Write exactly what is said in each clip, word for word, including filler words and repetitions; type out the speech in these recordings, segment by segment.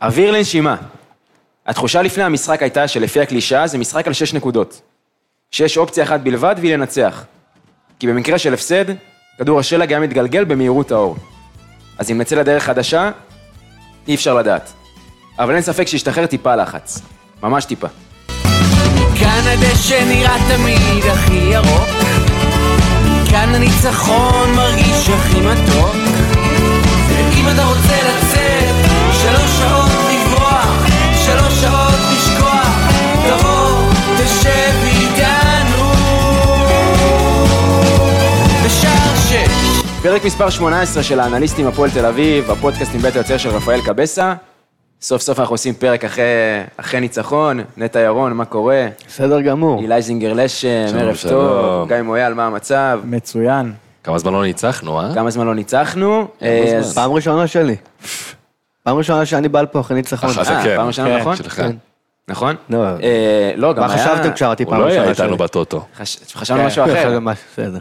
אוויר לנשימה. התחושה לפני המשחק הייתה שלפי הקלישה זה משחק על שש נקודות. שיש אופציה אחת בלבד והיא לנצח. כי במקרה של הפסד, כדור השלג היה מתגלגל במהירות האור. אז אם נצא לדרך חדשה, אי אפשר לדעת. אבל אין ספק שהשתחרר טיפה לחץ. ממש טיפה. כאן הדשא נראה תמיד הכי ירוק, כאן הניצחון מרגיש הכי מתוק, ואם אתה רוצה לצאת, שלוש שעות לברוח, שלוש שעות לשכוח, תבוא, תשב איתנו בשער שש. פרק מספר שמונה עשרה של האנליסטים הפועל תל אביב, הפודקאסט מבית היוצר של רפאל קבסה. סוף סוף אנחנו עושים פרק אחרי, אחרי ניצחון. נטע ירון, מה קורה? בסדר גמור. אילי זינגר לשם, ערב טוב. גיא מויאל, מה המצב? מצוין. כמה זמן לא ניצחנו, אה? כמה זמן לא ניצחנו? אז... פעם ראשונה שלי. פעם ראשונה שאני בא לפה אחרי ניצחון. אה, זה כן. פעם ראשונה, נכון? שלכם. נכון? לא, לא, גם מה היה... חשבתם כשאמרתי פעם הוא לא ראשונה היה שלי? איתנו בטוטו. חשבנו משהו אחר. בסדר.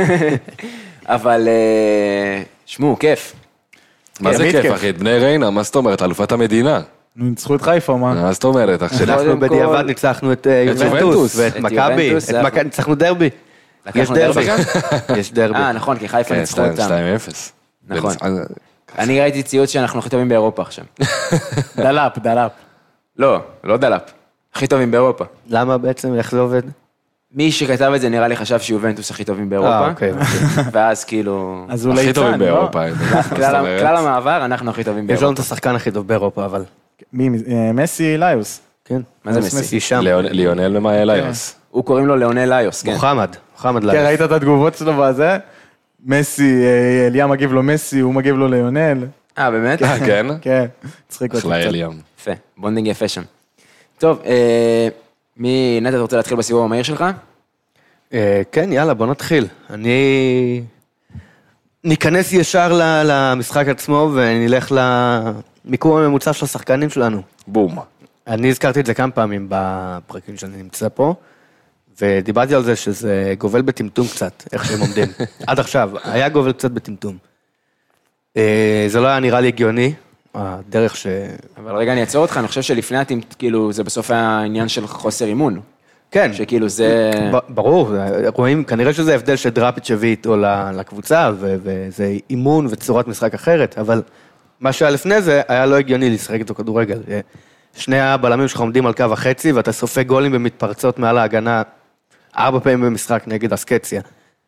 אבל, שמו, כיף. מה זה כיף, אחי? את בני ריינה, מה זאת אומרת? אלופת המדינה. ניצחו את חיפה, מה? מה זאת אומרת, אח שלי? אנחנו בדיעבד ניצחנו את יובנטוס ואת מכבי, ניצחנו דרבי. יש דרבי. יש דרבי. אה, נכון, כי חיפה כן, ניצחו אותם. שתיים אפס. נכון. אני ראיתי ציוץ שאנחנו הכי טובים באירופה עכשיו. דלאפ, דלאפ. לא, לא דלאפ. הכי טובים באירופה. למה בעצם, איך זה עובד? מי שכתב את זה נראה לי חשב שיובנטוס הכי טובים באירופה. אה, אוקיי. ואז כאילו... אז הוא הכי ליצן, טובים לא? באירופה. כלל המעבר, אנחנו הכי טובים יש באירופה. לנו את השחקן הכי טוב באירופה, אבל... מי? מסי ליוס. כן. מה זה מסי? היא שם. ליונל ומאליוס. הוא קוראים לו ליונל ליוס, כן. מוחמד. מוחמד כן, ליוס. ראית את התגובות שלו בזה? מסי, אליה מגיב לו מסי, הוא מגיב לו ליונל. אה, באמת? אה, כן? כן, צחיק אותי אחלה קצת. אליאם. יפה, בונדינג יפה שם. טוב, אה, מי, נטע, אתה רוצה להתחיל בסיבוב המהיר שלך? אה, כן, יאללה, בוא נתחיל. אני... ניכנס ישר ל- למשחק עצמו ונלך למיקום הממוצע של השחקנים שלנו. בום. אני הזכרתי את זה כמה פעמים בפרקים שאני נמצא פה, ודיברתי על זה שזה גובל בטמטום קצת, איך שהם עומדים. עד עכשיו, היה גובל קצת בטמטום. אה, זה לא היה נראה לי הגיוני, הדרך ש... אבל רגע, אני אעצור אותך, אני חושב שלפני אתם, כאילו, זה בסוף היה עניין של חוסר אימון. כן. שכאילו זה... ב- ברור, רואים, כנראה שזה הבדל שדראפיץ' הביא איתו ל- לקבוצה, ו- וזה אימון וצורת משחק אחרת, אבל מה שהיה לפני זה היה לא הגיוני לשחק איתו כדורגל. שני הבלמים שלך עומדים על קו החצי, ואתה סופג גולים במתפרצות מעל ההגנה ארבע פעמים במשחק נגד אסקציה.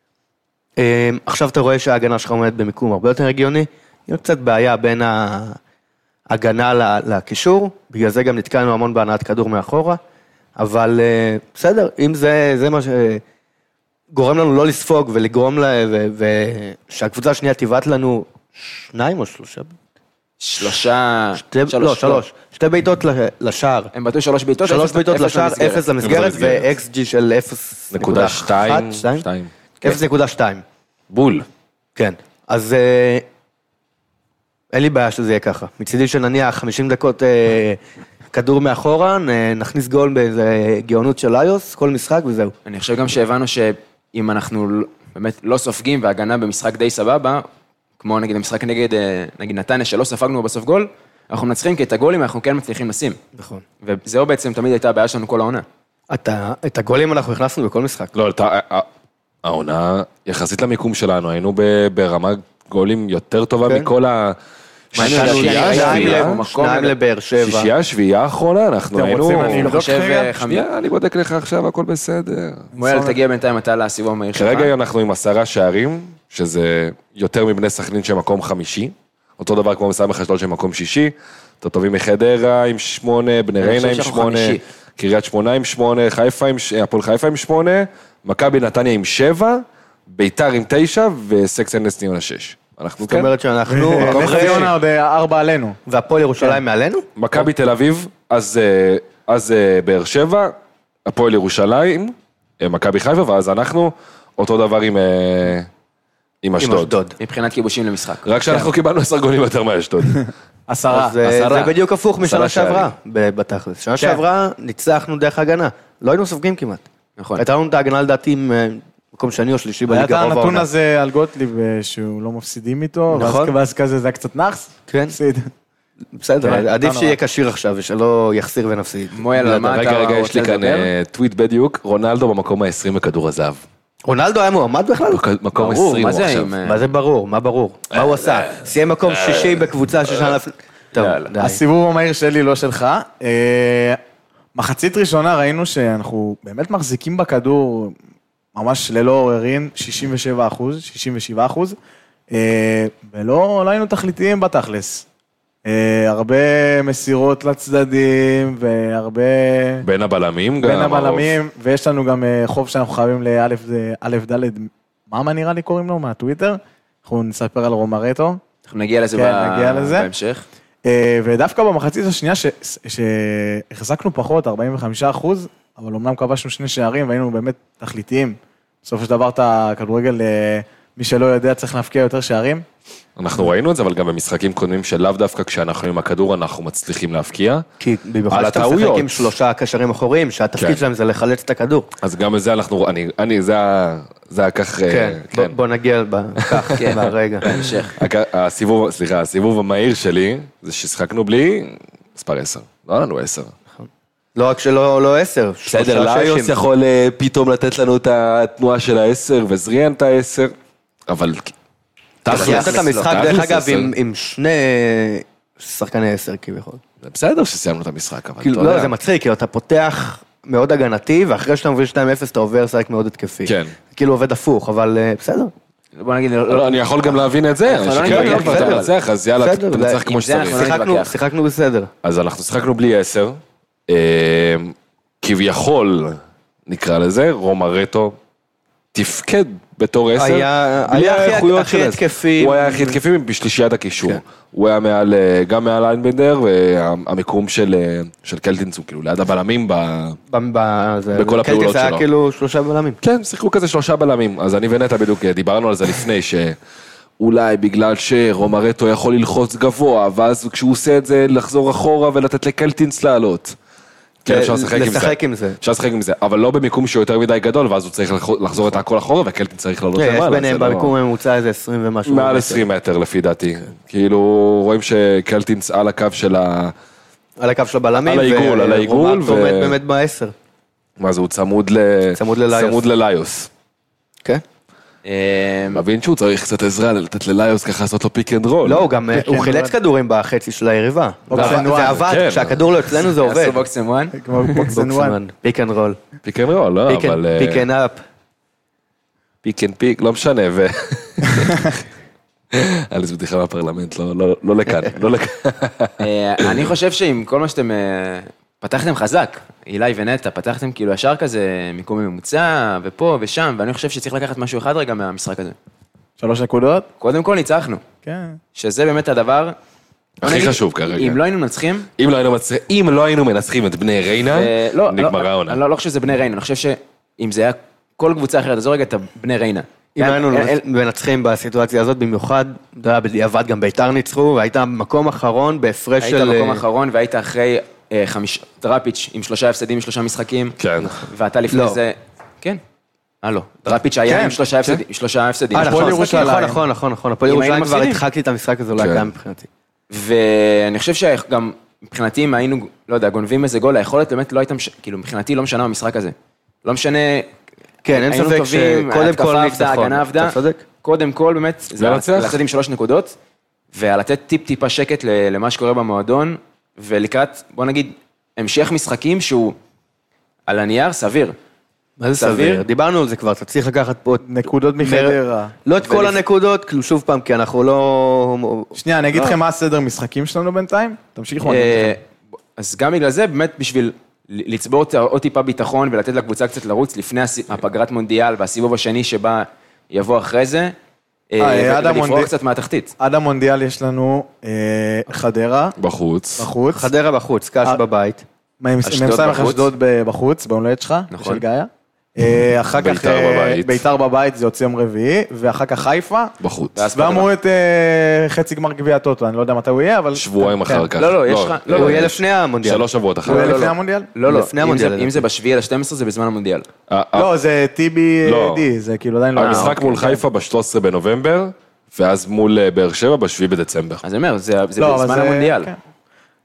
עכשיו אתה רואה שההגנה שלך עומדת במיקום הרבה יותר הגיוני, יש קצת בעיה בין ההגנה ל- לקישור, בגלל זה גם נתקענו המון בהנעת כדור מאחורה, אבל בסדר, אם זה, זה מה שגורם לנו לא לספוג ולגרום לה, ושהקבוצה השנייה תיבט לנו שניים או שלושה? שלושה... שתי, לא, שלוש. שתי בעיטות לשער. הם בטאו שלוש בעיטות, שלוש בעיטות לשער, אפס למסגרת, אפס ו-אקס ג'י של אפס נקודה שתיים. שתיים. אפס נקודה שתיים. בול. כן. אז אין לי בעיה שזה יהיה ככה. מצידי שנניח חמישים דקות כדור מאחורה, נכניס גול באיזה גאונות של איוס, כל משחק וזהו. אני חושב גם שהבנו שאם אנחנו באמת לא סופגים והגנה במשחק די סבבה, כמו נגיד המשחק נגד, נגיד נתניה שלא ספגנו בסוף גול, אנחנו מנצחים כי את הגולים אנחנו כן מצליחים לשים. נכון. וזהו בעצם תמיד הייתה הבעיה שלנו כל העונה. אתה, את הגולים אנחנו הכנסנו בכל משחק. לא, אתה- העונה, יחסית למיקום שלנו, היינו ב- ברמה גולים יותר טובה כן. מכל ה... מעניין שישייה, אותי, שניים שביעייה, לב- או מקום- שניים לבאר שבע. שישייה, שביעייה האחרונה, אנחנו אתם היינו... רוצים, אני אני לבדוק חושב רגע? חמישה. שנייה, אני בודק לך עכשיו, הכל בסדר. מואל, תגיע בינתיים אתה לסיבוב המהיר שלך. כרגע אנחנו עם עשרה שערים, שזה יותר מבני סכנין של מקום חמישי, אותו דבר כמו מסמך אשדוד של מקום שישי, יותר טובים מחדרה עם שמונה, בני ריינה עם שאנחנו שמונה, חמישי. קריית שמונה עם שמונה, חיפה עם, ש- הפועל חיפה עם שמונה, מכבי נתניה עם שבע, ביתר עם תשע וסקסיה נס ציונה שש. אנחנו זאת כן. אומרת שאנחנו... נס אחרי- ציונה עוד ארבע עלינו. והפועל ירושלים מעלינו? מכבי תל אביב, אז, אה, אז אה, באר שבע, הפועל ירושלים, אה, מכבי חיפה, ואז אנחנו אותו דבר עם, אה, עם עם אשדוד. אשדוד. מבחינת כיבושים למשחק. רק שאנחנו קיבלנו עשר גולים יותר מאשדוד. עשרה. אז אה, עשרה. זה בדיוק הפוך משנה עשרה שעברה, שערים. ב- בתכלס. שנה שעברה ניצחנו דרך הגנה. לא היינו סופגים כמעט. נכון. הייתה לנו את ההגנה לדעתי עם אה, מקום שני או שלישי היה את בליגה רוב הנתון העונה. הזה על גוטליב שהוא לא מפסידים איתו, נכון. ואז- ואז כזה זה היה קצת נחס. כן. הפסיד. בסדר, עדיף לא שיהיה נורא. כשיר עכשיו ושלא יחסיר ונפסיד. מויאל, על מה רגע, אתה רגע, יש רוצה לי כאן לדבר? אה, טוויט בדיוק, רונלדו במקום ה-עשרים בכדור הזהב. רונלדו היה מועמד בכלל? מקום ברור, עשרים מה הוא זה עכשיו. עם, אה, מה זה ברור? מה ברור? מה הוא עשה? סיים מקום שישי בקבוצה ששנה לפני... טוב, די. הסיבוב המהיר שלי, לא שלך. אה, מחצית ראשונה ראינו שאנחנו באמת מחזיקים בכדור ממש ללא עוררין, שישים ושבעה אחוז, שישים ושבעה אחוז, אה, ולא לא היינו תכליתיים בתכלס. אה, הרבה מסירות לצדדים, והרבה... בין הבלמים גם. בין הרוב. הבלמים, ויש לנו גם אה, חוב שאנחנו חייבים לאלף ד', מה נראה לי קוראים לו מהטוויטר? אנחנו נספר על רומרטו. אנחנו נגיע לזה כן, ב- נגיע לזה. בהמשך. אה, ודווקא במחצית השנייה ש- שהחזקנו פחות, ארבעים וחמישה אחוז, אבל אמנם כבשנו שני שערים והיינו באמת תכליתיים. בסופו של דבר את הכדורגל, אה, מי שלא יודע צריך להפקיע יותר שערים. אנחנו ראינו את זה, אבל גם במשחקים קודמים שלאו דווקא כשאנחנו עם הכדור אנחנו מצליחים להבקיע. כי במיוחד על שאתה משחק הטעויות. עם שלושה קשרים אחוריים, שהתפקיד כן. שלהם זה לחלץ את הכדור. אז גם בזה אנחנו, אני, אני, זה ה... זה היה כך... אה, כן, בוא- בוא נגיע כך, כן. ברגע. בהמשך. הק- הסיבוב, סליחה, הסיבוב המהיר שלי, זה ששחקנו בלי מספר עשר. לא היה לנו עשר. לא רק שלא לא עשר, בסדר, שלושה ליוס ששים. יכול אה, פתאום לתת לנו את התנועה של העשר, וזריאן את העשר, אבל... סיימת את המשחק, דרך תכלס, אגב, עשר. עם- עם שני שחקני עשר כביכול. זה בסדר שסיימנו את המשחק, אבל כאילו, אתה יודע. לא, זה מצחיק, כאילו, אתה פותח מאוד הגנתי, ואחרי שאתה מוביל שתיים אפס, אתה עובר לשחק מאוד התקפי. כן. כאילו עובד הפוך, אבל אה, בסדר. בוא נגיד, לא, אני יכול גם להבין את זה, אנחנו לא שכן, נתווכח, לא, אתה בסדר. מנצח, אז יאללה, בסדר, תנצח עם כמו זה אנחנו שצריך. לא שיחקנו- נתווכח. שיחקנו בסדר. אז אנחנו שיחקנו בלי עשר, אה, כביכול, נקרא לזה, רומרטו תפקד בתור עשר, היה- בלי היה הכי- האיכויות הכי של עשר. התקפי. הוא היה הכי התקפי בשלישיית הקישור. כן. הוא היה מעל, אה, גם מעל איינבנדר, והמיקום של אה, של קלטינס הוא כאילו ליד הבלמים, ב... ב- ב- זה- בכל קלטיס הפעולות היה שלו. כאילו שלושה בלמים. כן, שיחקו כזה שלושה בלמים, אז אני ונטע בדיוק דיברנו על זה לפני, שאולי בגלל שרומרטו יכול ללחוץ גבוה, ואז כשהוא עושה את זה, לחזור אחורה ולתת לקלטינס לעלות. כן, אפשר לשחק עם זה. לשחק עם זה. אפשר לשחק עם זה, אבל לא במיקום שהוא יותר מדי גדול, ואז הוא צריך לח- לחזור את הכל אחורה, וקלטינס צריך לעלות כן, יש למעלה. ביניהם זה לא- במיקום הממוצע איזה עשרים ומשהו. מעל מטר. עשרים מטר לפי דעתי. כאילו, רואים שקלטינס על הקו של ה... על הקו של הבלמים. על העיגול, על העיגול, ורומרטו ו- עומד באמת בעשר. מה זה, הוא צמוד ל... צמוד לליוס. צמוד לליוס. כן. אה, מבין שהוא צריך קצת עזרה לתת לליוס ככה לעשות לו פיק אנד רול. לא, הוא גם, הוא כן, חילץ אבל- כדורים בחצי של היריבה. בוקס זה אנד זה וואן. עבד, כן. כשהכדור לא אצלנו זה עובד. עשו בוקס אנד וואן. כמו בוקסן וואן. פיק אנד רול. פיק אנד רול, לא, אבל... אה, פיק אנד אפ. פיק אנד פיק, לא משנה, ו... היה לי בדיחה מהפרלמנט, לא- לא- לא לכאן, לא לכאן. אה, אני חושב שעם כל מה שאתם... אה, פתחתם חזק, אילי ונטע, פתחתם כאילו ישר כזה מיקום ממוצע, ופה ושם, ואני חושב שצריך לקחת משהו אחד רגע מהמשחק הזה. שלוש נקודות? קודם כל ניצחנו, כן. שזה באמת הדבר... הכי נגיד, חשוב כרגע. אם לא היינו מנצחים, אם לא היינו מצ- אם לא היינו מנצחים את בני ריינה, אה, לא, נגמרה לא, העונה. אני לא לא חושב שזה בני ריינה, אני חושב שאם זה היה כל קבוצה אחרת, עזוב רגע את בני ריינה. אם כן, היינו אל- אל- מנצחים בסיטואציה הזאת, במיוחד, אתה יודע, בדיעבד גם ביתר ניצחו, והיית מקום אחרון בהפרש היית של... במקום האחרון והיית אחרי אה, חמיש... דראפיץ' עם שלושה הפסדים משלושה משחקים, כן. ואתה לפני לא. זה... כן. אה, לא. דראפיץ' היה כן, עם שלושה הפסדים, עם שלושה הפסדים. אה, שלושה נכון, משחקים. נכון, נכון, נכון, נכון, הפועל אם היינו ירושלים כבר מפסידים. התחלתי את המשחק הזה, אולי כן. קיים מבחינתי. ואני חושב שגם מבחינתי, אם היינו, לא יודע, גונבים איזה גול, היכולת באמת לא הייתה, מש- כאילו, מבחינתי לא משנה במשחק הזה. לא משנה... כן, אין היינו ספק טובים, שקודם ההתקפה כל עבדה, ניצחון. ההגנה עבדה. אתה צודק. קודם כל, באמת, זה לנצח. לצאת עם שלוש נקודות, ולתת טיפ-טיפה שקט ל- למה שקורה במועדון, ולקראת, בוא נגיד, המשך משחקים שהוא על הנייר סביר. מה זה סביר? סביר? דיברנו על זה כבר, אתה צריך לקחת פה... נקודות מחדרה. לא את כל ולפ- הנקודות, כאילו שוב פעם, כי אנחנו לא... שנייה, אני אגיד לכם מה הסדר משחקים שלנו בינתיים. תמשיכו. אני אגיד אה, לכם. אז גם בגלל זה, באמת בשביל לצבור עוד טיפה ביטחון ולתת לקבוצה קצת לרוץ לפני הס- הפגרת מונדיאל והסיבוב השני שבה יבוא אחרי זה, אה, אה, עד ו- ולפרוח המונדיאל- קצת מהתחתית. עד המונדיאל יש לנו אה, חדרה בחוץ. בחוץ. חדרה בחוץ, קש אה, בבית. אשדוד מ"ס בחוץ. אשדוד ב- בחוץ, בהולדת שלך, נכון. של גיא. אה, אחר כך בית"ר אה, בבית. בית"ר בבית, זה יוצא יום רביעי, ואחר כך חיפה, בחוץ. ואז ואמרו את אה, חצי גמר גביע הטוטו, אני לא יודע מתי הוא יהיה, אבל... שבועיים כן. אחר כך. לא, לא, יש לך- לא, הוא לא, יהיה יש- לפני המונדיאל. שלוש שבועות הוא אחר יהיה כך. לפני לא. המונדיאל? לא, לא, לפני אם המונדיאל, זה- אם לדעתי. זה בשביעי ל-שתים עשרה זה בזמן המונדיאל. אה, אה, לא, זה טי-בי לא. די, זה כאילו עדיין לא... המשחק אוקיי, מול כן. חיפה ב-שלושה עשר בנובמבר, ואז מול אה, באר שבע ב-שבעה בדצמבר. אז אני אומר, זה זה לא, אבל בזמן זה- המונדיאל. כן.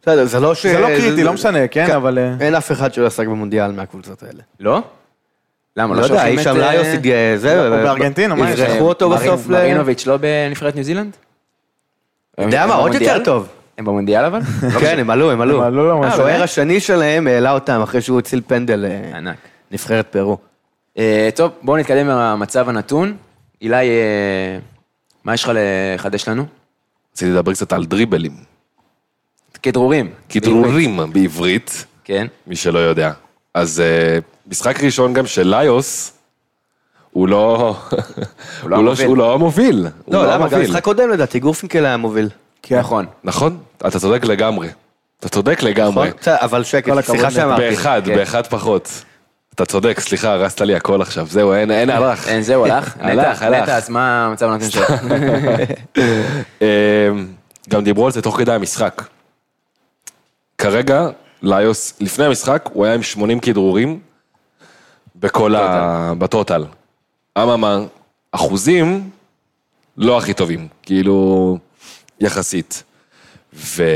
בסדר, זה לא ש... זה לא קריטי, לא משנה, כן, אבל... אין אף אחד שלא עסק במונדיאל מהקבוצות האלה. לא? למה? לא יודע, איש שם ליוס הגיע... זה... הוא בארגנטינה, מה יש? יזרחו אותו בסוף ל... מרינוביץ' לא בנבחרת ניו זילנד? יודע מה, עוד יותר טוב. הם במונדיאל אבל? כן, הם עלו, הם עלו. הם עלו למשהו. השוער השני שלהם העלה אותם אחרי שהוא הציל פנדל ענק. נבחרת פרו. טוב, בואו נתקדם מהמצב הנתון. אילי, מה יש לך לחדש לנו? רציתי לדבר קצת על דריבלים. כדרורים. כדרורים בעברית, כן. מי שלא יודע. אז משחק ראשון גם של ליוס, הוא לא... הוא לא המוביל. לא, למה? גם משחק קודם לדעתי, גורפינקל היה מוביל. נכון. נכון? אתה צודק לגמרי. אתה צודק לגמרי. אבל שקט, סליחה שאמרתי. באחד, באחד פחות. אתה צודק, סליחה, הרסת לי הכל עכשיו. זהו, אין הלך. אין, זהו, הלך? הלך, הלך. נטע, אז מה המצב הנתון שלך? גם דיברו על זה תוך כדי המשחק. כרגע, ליוס, לפני המשחק, הוא היה עם שמונים כדרורים, בכל ה... בטוטל. אממה, אחוזים לא הכי טובים, כאילו, יחסית. וזה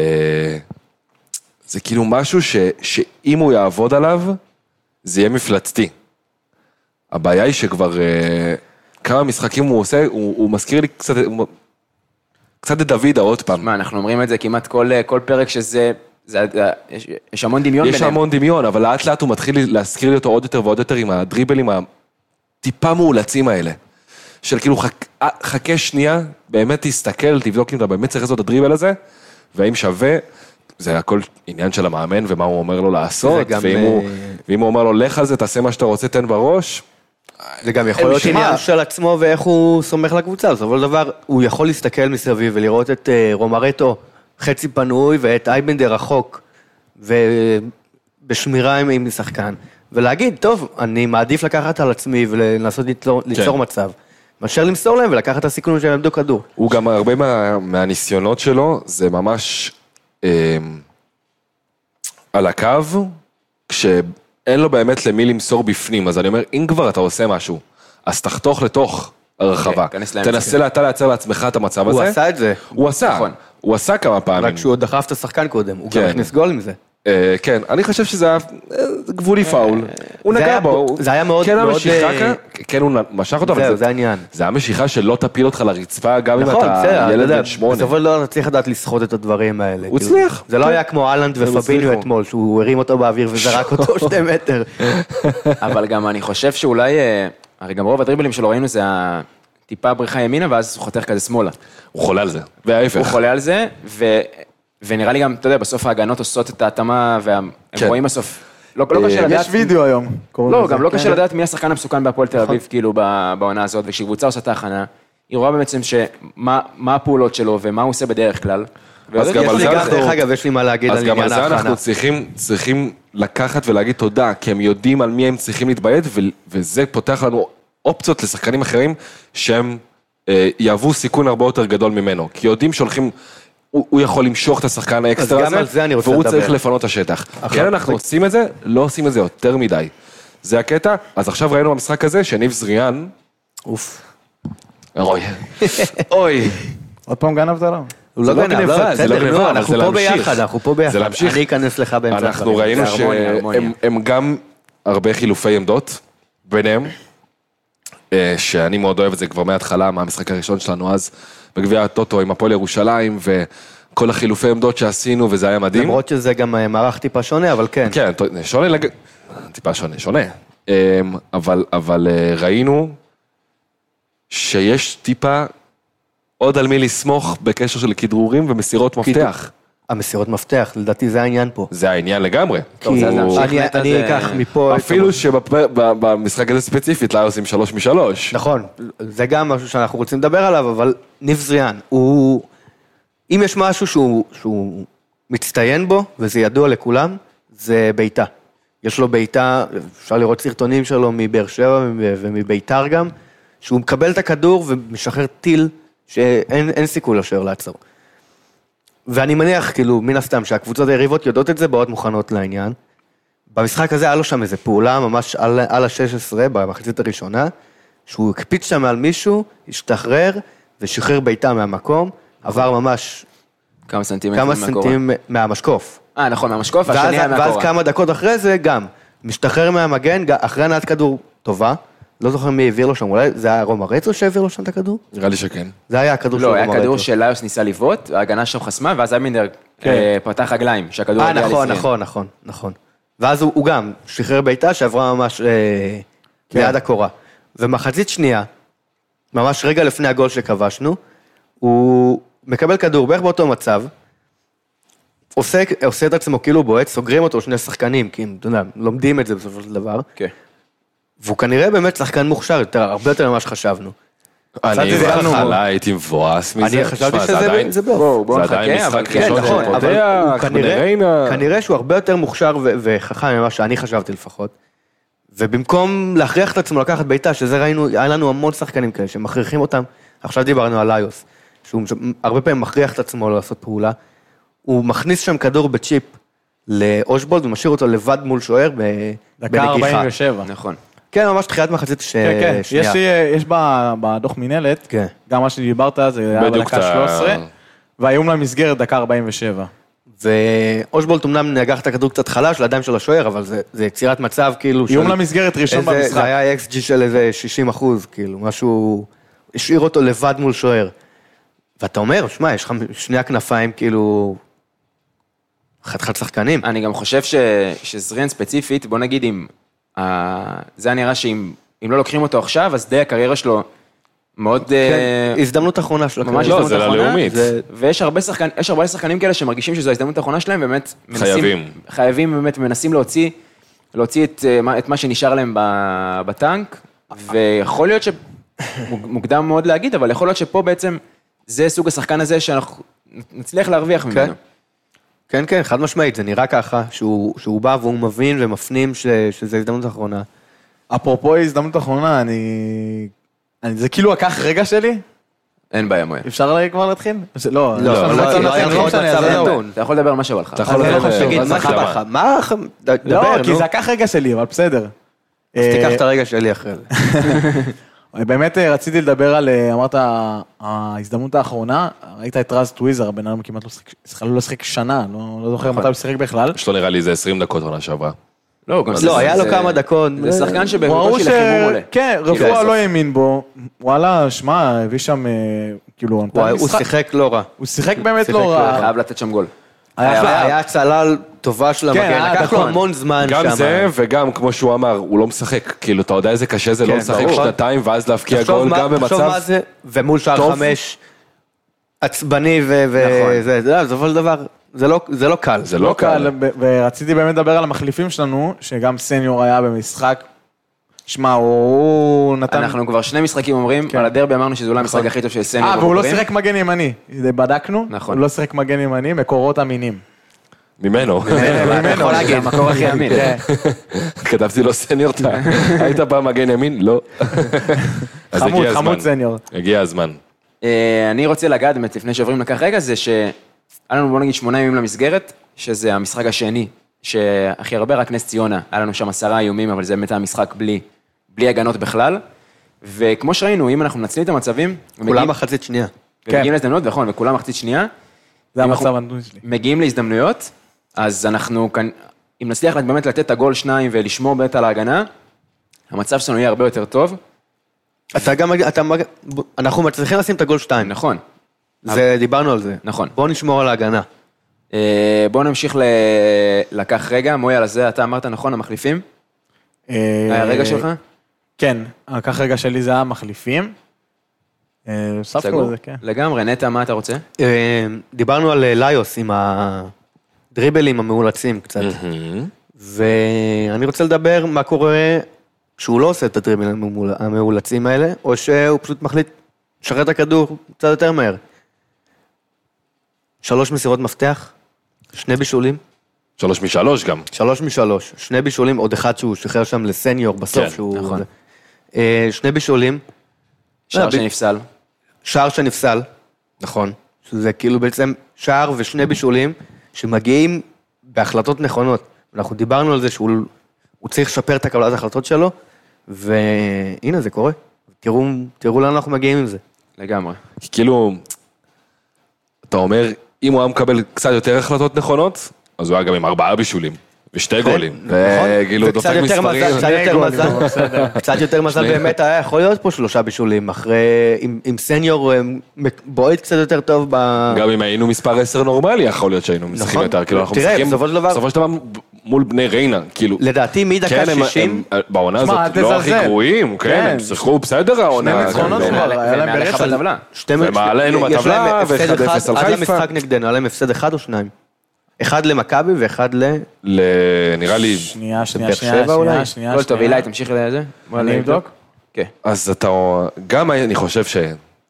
כאילו משהו ש... שאם הוא יעבוד עליו, זה יהיה מפלצתי. הבעיה היא שכבר כמה משחקים הוא עושה, הוא, הוא מזכיר לי קצת, הוא... קצת את דוידה עוד פעם. מה, אנחנו אומרים את זה כמעט כל, כל פרק שזה, זה, יש, יש המון דמיון יש ביניהם. יש המון דמיון, אבל לאט לאט הוא מתחיל להזכיר לי אותו עוד יותר ועוד יותר עם הדריבלים הטיפה מאולצים האלה. של כאילו חק... חכה שנייה, באמת תסתכל, תבדוק אם אתה באמת צריך לעשות את הדריבל הזה, והאם שווה, זה הכל עניין של המאמן ומה הוא אומר לו לעשות, ואם הוא, ואם הוא אומר לו לך על זה, תעשה מה שאתה רוצה, תן בראש. זה גם יכול להיות עניין של עצמו ואיך הוא סומך לקבוצה, בסופו של דבר הוא יכול להסתכל מסביב ולראות את רומרטו חצי פנוי ואת אייבנדר רחוק ובשמירה עם שחקן, ולהגיד, טוב, אני מעדיף לקחת על עצמי ולנסות ליצור, ליצור כן. מצב, מאשר למסור להם ולקחת את הסיכון שהם ימדו כדור. הוא גם הרבה מה, מהניסיונות שלו, זה ממש אה, על הקו, כשאין לו באמת למי למסור בפנים, אז אני אומר, אם כבר אתה עושה משהו, אז תחתוך לתוך הרחבה, okay, תנסה אתה לייצר לעצמך את המצב הוא הזה. הוא עשה את זה. הוא עשה, נכון. הוא עשה כמה פעמים. רק שהוא דחף את השחקן קודם, הוא כן. גם הכניס גול עם זה. כן, אני חושב שזה היה גבולי פאול, הוא נגע בו, זה היה מאוד, כן המשיכה, כן הוא משך אותו, זהו, זה העניין. זה היה משיכה שלא תפיל אותך לרצפה, גם אם אתה ילד בן שמונה. בסופו של דבר צריך לדעת לסחוט את הדברים האלה. הוא הצליח. זה לא היה כמו אלנד ופביניו אתמול, שהוא הרים אותו באוויר וזרק אותו שתי מטר. אבל גם אני חושב שאולי, הרי גם רוב הדריבלים שלו ראינו זה טיפה בריחה ימינה, ואז הוא חותך כזה שמאלה. הוא חולה על זה, וההפך. הוא חולה על זה, ו... ונראה לי גם, אתה יודע, בסוף ההגנות עושות את ההתאמה, והם רואים בסוף, לא קשה לדעת... יש וידאו היום. לא, גם לא קשה לדעת מי השחקן המסוכן בהפועל תל אביב, כאילו, בעונה הזאת, וכשקבוצה עושה את ההכנה, היא רואה בעצם מה הפעולות שלו, ומה הוא עושה בדרך כלל. אז גם על זה אנחנו... דרך אגב, יש לי מה להגיד על עניין ההכנה. אז גם על זה אנחנו צריכים לקחת ולהגיד תודה, כי הם יודעים על מי הם צריכים להתביית, וזה פותח לנו אופציות לשחקנים אחרים, שהם יעבו סיכון הרבה יותר גדול ממנו, כי יודעים שהולכים... הוא, הוא יכול למשוך את השחקן האקסטרה הזה, והוא צריך לפנות את השטח. כן, אנחנו עושים את זה, לא עושים את זה יותר מדי. זה הקטע, אז עכשיו ראינו במשחק הזה, שניב זריאן, אוף, אוי, אוי. עוד פעם גנבת עליו? הוא לא גנב, לא, זה לא גנב, אנחנו פה ביחד, אנחנו פה ביחד. אני אכנס לך באמצע. אנחנו ראינו שהם גם הרבה חילופי עמדות ביניהם, שאני מאוד אוהב את זה כבר מההתחלה, מהמשחק הראשון שלנו אז, בגביע הטוטו עם הפועל ירושלים, וכל החילופי עמדות שעשינו, וזה היה מדהים. למרות שזה גם מערך טיפה שונה, אבל כן. כן, שונה, לג... טיפה שונה, שונה. אבל, אבל ראינו שיש טיפה עוד על מי לסמוך בקשר של כדרורים ומסירות מפתח. המסירות מפתח, לדעתי זה העניין פה. זה העניין לגמרי. אני אקח מפה... אפילו שבמשחק הזה ספציפית, לא עושים שלוש משלוש. נכון, זה גם משהו שאנחנו רוצים לדבר עליו, אבל ניב זריאן, הוא... אם יש משהו שהוא מצטיין בו, וזה ידוע לכולם, זה ביתה. יש לו ביתה, אפשר לראות סרטונים שלו מבאר שבע ומביתר גם, שהוא מקבל את הכדור ומשחרר טיל שאין סיכוי לשוער לעצור. ואני מניח, כאילו, מן הסתם, שהקבוצות היריבות יודעות את זה, באות מוכנות לעניין. במשחק הזה היה לו שם איזו פעולה, ממש על, על ה-שש עשרה, במחצית הראשונה, שהוא הקפיץ שם על מישהו, השתחרר, ושחרר ביתה מהמקום, עבר ממש כמה סנטימטרים כמה מהקורה. סנטימטרים מהמשקוף. אה, נכון, מהמשקוף, ואז, והשני היה ואז מהקורה. כמה דקות אחרי זה גם, משתחרר מהמגן, ג- אחרי הנעת כדור טובה, לא זוכר מי העביר לו שם, אולי זה היה רומרצו שהעביר לו שם את הכדור? נראה לי שכן. זה היה הכדור של לא, היה רומרצו. כדור שליוס ניסה לבעוט, ההגנה שם חסמה, ואז אייבינדר אה, פתח רגליים, שהכדור אה, הגיע נכון, לסרין. נכון, נכון, נכון. ואז הוא, הוא גם שחרר בעיטה שעברה ממש אה, ליד הקורה. ומחצית שנייה, ממש רגע לפני הגול שכבשנו, הוא מקבל כדור בערך באותו מצב, עושה, עושה את עצמו כאילו בועט, סוגרים אותו שני שחקנים, כי הם, אתה יודע, לומדים את זה בסופו של דבר, כן. והוא כנראה באמת שחקן מוכשר, יותר, הרבה יותר ממה שחשבנו. אני זה לנו- בהתחלה הייתי מבואס מזה. אני חשבתי תשמע, זה שזה עדיין- זה בלוף. בואו, בואו זה עדיין נחכה, אבל משחק כן, ראשון נכון, שהוא אבל פותח, הוא כנראה, ונראה- כנראה שהוא הרבה יותר מוכשר ו- וחכם ממה שאני חשבתי לפחות. ובמקום להכריח את עצמו לקחת בעיטה, שזה ראינו, היה לנו המון שחקנים כאלה שמכריחים אותם, עכשיו דיברנו על איוס, שהוא הרבה פעמים מכריח את עצמו לעשות פעולה, הוא מכניס שם כדור בצ'יפ לאושבולד ומשאיר אותו לבד מול שוער ב- דקה ארבעים ושבע. נכון. כן, ממש תחילת מחצית ש... כן, כן, שנייה. יש, לי- יש ב- בדוח מנהלת, כן. גם מה שדיברת, זה היה בדיוק בדקה אתה- שלוש עשרה, והאיום למסגרת דקה ארבעים ושבע. ואושבולט אמנם נגח את הכדור קצת חלש לידיים של השוער, אבל זה, זה יצירת מצב כאילו... איום של- למסגרת ראשון איזה- במשחק. זה היה אקס ג'י של איזה שישים אחוז, כאילו, משהו... השאיר אותו לבד מול שוער. ואתה אומר, שמע, יש לך שני הכנפיים, כאילו... חתיכת שחקנים. אני גם חושב ש... שזרין ספציפית, בוא נגיד אם... אה, זה היה נראה שאם אם לא לוקחים אותו עכשיו, אז די הקריירה שלו מאוד... כן, אה, הזדמנות אחרונה של ממש הקריירה. לא, זה הזדמנות אחרונה. ללאומית. זה- ויש הרבה שחקנים, יש הרבה שחקנים כאלה שמרגישים שזו ההזדמנות האחרונה שלהם, באמת מנסים... חייבים. חייבים, באמת מנסים להוציא, להוציא את, אה, מה- את מה שנשאר להם ב- בטנק, ויכול להיות שמוקדם מאוד להגיד, אבל יכול להיות שפה בעצם זה סוג השחקן הזה שאנחנו נצליח להרוויח ממנו. כן, כן, חד משמעית, זה נראה ככה, שהוא, שהוא בא והוא מבין ומפנים ש, שזה הזדמנות האחרונה. אפרופו הזדמנות אחרונה, אני... אני... זה כאילו לקח רגע שלי? אין בעיה, מויה. אפשר כבר להתחיל? לא, לא, יש לנו לא, מצב לא, נתון, לא, לא לא, משנה, מצב אז זהו. נתון. אתה יכול לדבר על מה שבא לך. אתה יכול אז אני לדבר, לא חושב, תגיד, אז מה החלמה. חבא לך? מה... ח- ד- דבר, לא, כי נו. זה לקח רגע שלי, אבל בסדר. אז אה, תיקח את הרגע שלי אחרי זה. באמת אה, רציתי לדבר על, אה, אמרת, ההזדמנות האחרונה, ראית את רז טוויזר, הבן אדם כמעט לא שיחק- סליחה, לא לשחק שנה, לא לא זוכר מתי הוא שיחק בכלל. יש לו נראה לי איזה עשרים דקות עונה שעברה. לא, גם לא, היה לו זה- כמה דקות. זה שחקן ראו שבקושי ש... לחימום עולה. כן, כאילו, רפואה בסוף. לא האמין בו, וואלה, שמע, הביא שם, אה, כאילו, נתן הוא הוא משחק- שיחק לא רע. הוא שיחק באמת שיחק לא לא רע. חייב לתת שם גול. היה היה חייב. היה צלל טובה של המגן, היה לקח לו דקות. המון זמן שם. גם זה, וגם כמו שהוא אמר, הוא לא משחק. כאילו, אתה יודע איזה קשה זה לא כן, לשחק ברור. שנתיים, ואז להבקיע תחשוב גול מה- גם תחשוב במצב... מה זה, ומול שער טוב. חמש, עצבני ו... נכון. וזה, זה, בסופו של דבר, זה לא- זה לא קל. זה לא קל. ב- ורציתי באמת לדבר על המחליפים שלנו, שגם סניור היה במשחק. שמע, הוא נתן... אנחנו כבר שני משחקים אומרים, כן. על הדרבי אמרנו שזה אולי המשחק הכי טוב של סניור. אה, והוא לא בבוגרים. שיחק מגן ימני. זה בדקנו. נכון. הוא לא שיחק מגן ימני, מקורות אמינים. ממנו. אתה יכול להגיד, זה המקור הכי אמין. כן. כתבתי לו סניור, אתה היית בא מגן ימין? לא. אז חמוד, הגיע חמוד הזמן. סניור. הגיע הזמן. אה, אני רוצה לגעת, באמת, לפני שעוברים לכך רגע, זה שהיה לנו, בוא נגיד, שמונה איומים למסגרת, שזה המשחק השני, שהכי הרבה, רק נס ציונה, היה לנו שם עשרה איומים, אבל זה באמת היה משחק בלי, בלי הגנות בכלל. וכמו שראינו, אם אנחנו מנצלים את המצבים, כולם ומגיעים- מחצית שנייה. ומגיעים כן. להזדמנויות, נכון, וכולם מחצית שנייה, זה אם המצב אנחנו הנתון שלי. מגיעים להזדמנויות, אז אנחנו כאן, אם נצליח באמת לתת את הגול שניים ולשמור באמת על ההגנה, המצב שלנו יהיה הרבה יותר טוב. אתה גם, אתה, מג- אנחנו מצליחים לשים את הגול שתיים. נכון, זה, דיברנו על זה. נכון. בואו נשמור על ההגנה. אה, בואו נמשיך ל... לקח רגע, מוי על זה, אתה אמרת נכון, המחליפים? היה הרגע שלך? כן, לקח רגע שלי זה היה מחליפים. אה, הוספנו סגור? לזה, כן. לגמרי, נטע, מה אתה רוצה? אה, דיברנו על אה, ליוס עם הדריבלים המאולצים קצת. ואני רוצה לדבר מה קורה כשהוא לא עושה את הדריבלים המאול- המאולצים האלה, או שהוא פשוט מחליט לשחרר את הכדור קצת יותר מהר. שלוש מסירות מפתח, שני בישולים, שלוש משלוש גם. שלוש משלוש, שני בישולים, עוד אחד שהוא שחרר שם לסניור בסוף, כן, שהוא... נכון. זה. אה, שני בישולים, שער ב- שנפסל. שער שנפסל, נכון, שזה כאילו בעצם שער ושני בישולים שמגיעים בהחלטות נכונות. אנחנו דיברנו על זה שהוא הוא צריך לשפר את הקבלת ההחלטות שלו, והנה זה קורה. תראו, תראו לאן אנחנו מגיעים עם זה. לגמרי. כי כאילו, אתה אומר, אם הוא היה מקבל קצת יותר החלטות נכונות, אז הוא היה גם עם ארבעה בישולים. ושתי גולים. וכאילו דופק מספרים. קצת יותר מזל באמת היה יכול להיות פה שלושה בישולים, אחרי, עם סניור בועט קצת יותר טוב ב... גם אם היינו מספר עשר נורמלי, יכול להיות שהיינו משחקים יותר, כאילו אנחנו משחקים, בסופו של דבר מול בני ריינה, כאילו... לדעתי מדקה שישים... בעונה הזאת לא הכי גרועים, כן, הם שיחקו בסדר העונה. שני ניצחונות כבר, היה להם ברצף בטבלה. ומעלינו בטבלה, ו-אחד אפס על חיפה. עד למשחק נגדנו, היה להם הפסד אחד או שניים? אחד למכבי ואחד ל... ל... נראה לי... שנייה, שנייה, שנייה, שנייה. כל טוב, אילי, תמשיך לזה. אני אבדוק? כן. אז אתה... גם אני חושב ש...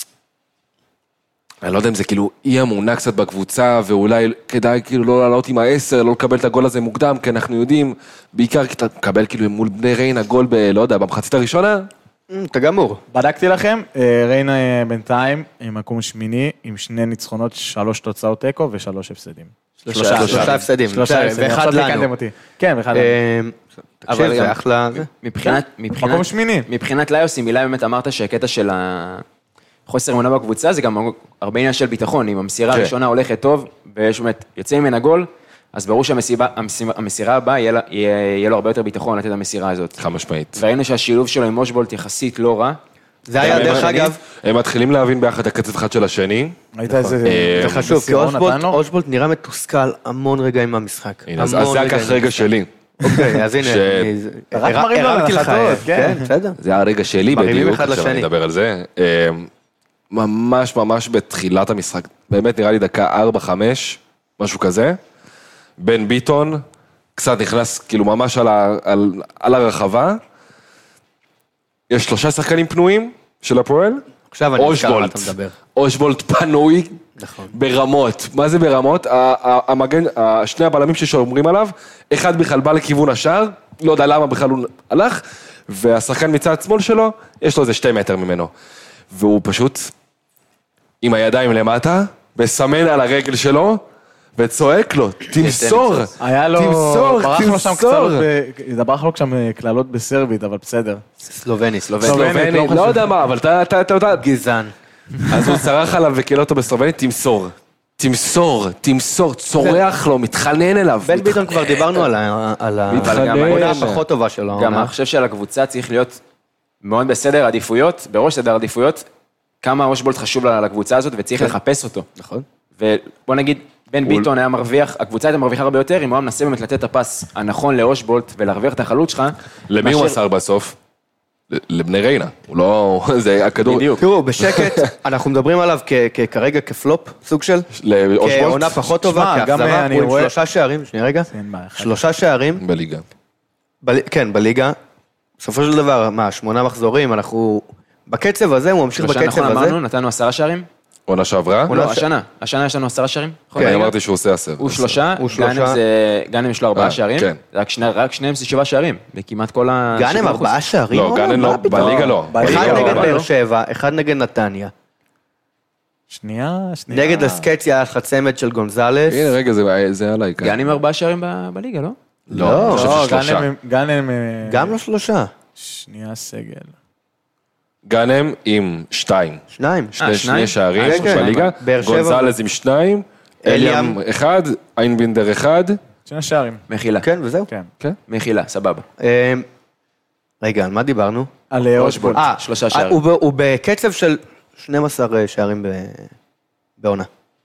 אני לא יודע אם זה כאילו אי אמונה קצת בקבוצה, ואולי כדאי כאילו לא לעלות עם העשר, לא לקבל את הגול הזה מוקדם, כי אנחנו יודעים, בעיקר כי אתה מקבל כאילו מול בני ריינה גול ב... לא יודע, במחצית הראשונה. אתה גמור. בדקתי לכם, ריינה בינתיים עם מקום שמיני, עם שני ניצחונות, שלוש תוצאות תיקו ושלוש הפסדים. שלושה הפסדים. שלושה הפסדים. ואחד לנו. כן, ואחד לנו. תקשיב, זה אחלה... מבחינת... מקום שמיני. מבחינת ליוסים, אילי באמת אמרת שהקטע של החוסר אמונה בקבוצה, זה גם הרבה עניין של ביטחון. אם המסירה הראשונה הולכת טוב, ויש באמת, יוצא ממנה גול, אז ברור שהמסירה הבאה יהיה לו הרבה יותר ביטחון לתת המסירה הזאת. חד משמעית. וראינו שהשילוב שלו עם אושבולט יחסית לא רע. זה היה דרך אגב. הם מתחילים להבין ביחד את הקצב אחד של השני. ראית איזה... זה חשוב, כי אושבולט נראה מתוסכל המון רגעים מהמשחק. אז זה היה כך רגע שלי. אוקיי, אז הנה, רק מראים לו לנחתות, כן, בסדר. זה היה הרגע שלי בדיוק, עכשיו אני אדבר על זה. ממש ממש בתחילת המשחק, באמת נראה לי דקה ארבע חמש, משהו כזה. בן ביטון, קצת נכנס כאילו ממש על הרחבה. יש שלושה שחקנים פנויים של הפועל. עכשיו אני אזכר מה אתה מדבר. אושבולט פנוי ברמות. מה זה ברמות? המגן, שני הבלמים ששומרים עליו, אחד בכלל בא לכיוון השער, לא יודע למה בכלל הוא הלך, והשחקן מצד שמאל שלו, יש לו איזה שתי מטר ממנו. והוא פשוט עם הידיים למטה, מסמן על הרגל שלו, וצועק לו, תמסור, היה לו, תמסור, ברח לו שם קצלות, תמסור. ברח לו שם קללות בסרבית, אבל בסדר. סלובני, סלובני, לא יודע מה, אבל אתה יודע, גזען. אז הוא צרח עליו וקילל אותו בסלובני, תמסור, תמסור, תמסור, צורח לו, מתחנן אליו. בן ביטון כבר דיברנו על העונה הפחות טובה שלו. גם אני חושב שעל הקבוצה צריך להיות מאוד בסדר עדיפויות, בראש סדר עדיפויות, כמה אושבולט חשוב לקבוצה הזאת וצריך לחפש אותו. נכון. ובוא נגיד, בן ביטון היה מרוויח, הקבוצה הייתה מרוויחה הרבה יותר, אם הוא היה מנסה באמת לתת את הפס הנכון לאושבולט ולהרוויח את החלוץ שלך. למי הוא מסר בסוף? לבני ריינה. הוא לא... זה הכדור... בדיוק. תראו, בשקט, אנחנו מדברים עליו כרגע כפלופ, סוג של... לאושבולט? כעונה פחות טובה, כאכזבה, הוא עם שלושה שערים, שנייה רגע. שלושה שערים. בליגה. כן, בליגה. בסופו של דבר, מה, שמונה מחזורים, אנחנו... בקצב הזה, הוא ממשיך בקצב הזה. נכון אמרנו, נתנו עשרה שערים? עונה שעברה? לא, השנה. השנה יש לנו עשרה שערים? אני אמרתי שהוא עושה עשר. הוא שלושה, גאנם יש לו ארבעה שערים. רק שניהם זה שבעה שערים, וכמעט כל ה... גאנם ארבעה שערים? לא, גאנם לא, בליגה לא. אחד נגד באר שבע, אחד נגד נתניה. שנייה, שנייה. נגד הסקציה, חצמד של גונזלס. הנה, רגע, זה עליי. גאנם ארבעה שערים בליגה, לא? לא, גאנם... גם לא שלושה. שנייה סגל. גאנם עם שתיים. שניים. שני שערים בליגה. גונזלס עם שניים. אליאם אחד. איינבינדר אחד. שני שערים. מחילה. כן, וזהו. כן. מחילה, סבבה. רגע, על מה דיברנו? על אושבולט. אה, שלושה שערים. הוא בקצב של שנים עשר שערים בעונה.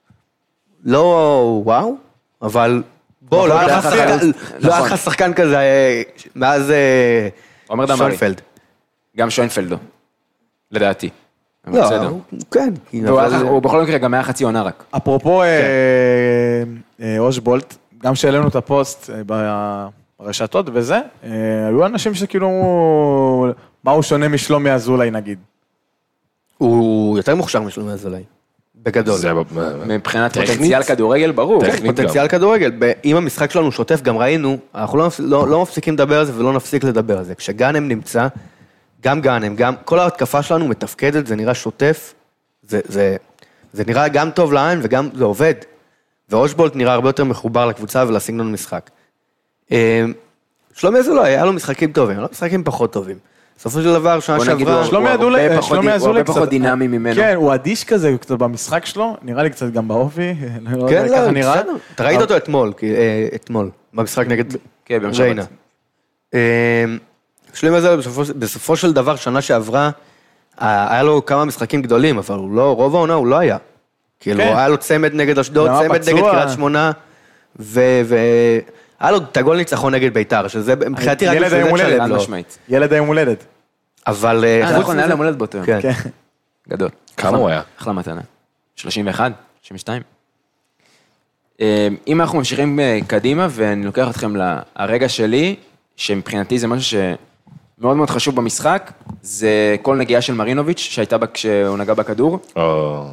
לא וואו, אבל בוא, לא היה לך שחקן כזה מאז שוינפלד. גם שוינפלד לא. לדעתי. לא, כן. הוא בכל מקרה גם היה חצי עונה רק. אפרופו אושבולט, גם שהעלינו את הפוסט ברשתות וזה, היו אנשים שכאילו, מה הוא שונה משלומי אזולאי נגיד? הוא יותר מוכשר משלומי אזולאי, בגדול. מבחינת פוטנציאל כדורגל, ברור. פוטנציאל כדורגל, אם המשחק שלנו שוטף, גם ראינו, אנחנו לא מפסיקים לדבר על זה ולא נפסיק לדבר על זה. כשגאנם נמצא, גם גאנם, גם כל ההתקפה שלנו מתפקדת, זה נראה שוטף, זה, זה, זה נראה גם טוב לעין וגם זה עובד. ואושבולט נראה הרבה יותר מחובר לקבוצה ולסגנון משחק. שלומי אזולאי, היה לו משחקים טובים, לא משחקים פחות טובים. בסופו של דבר, שנה בוא נגיד, שעברה... הוא שלומי הרבה אזולאי- פחות- שלומי הוא אזולאי הרבה פחות קצת- דינמי ממנו. כן, הוא אדיש כזה קצת במשחק שלו, נראה לי קצת גם באופי, לא כן, יודע, ככה לא, נראה. בסדר. אתה ראית אותו אתמול, כי, אה, אתמול, במשחק נגד כן, ביום ריינה. שבת. אה, שלומי אזולאי בסופו, בסופו של דבר, שנה שעברה, אה, היה לו כמה משחקים גדולים, אבל הוא לא, רוב העונה הוא לא היה. כאילו, כן. היה לו צמד נגד אשדוד, גם היה צמד פצוע. נגד קריית שמונה, ו... ו... היה לו את הגול ניצחון נגד ביתר, שזה מבחינתי רק ילד בשביל היום זה הולדת, תשלם חד לו. משמעית. ילד היום הולדת. אבל... אה, חוץ נכון, היה מזה- להם הולדת באותו יום. כן. כן. גדול. כמה הוא היה? אחלה מתנה. שלושים ואחת, שלושים ושתיים. אה, אם אנחנו ממשיכים אה, קדימה, ואני לוקח אתכם לרגע שלי, שמבחינתי זה משהו שמאוד מאוד חשוב במשחק, זה כל נגיעה של מרינוביץ' שהייתה בה כשהוא נגע בכדור. או,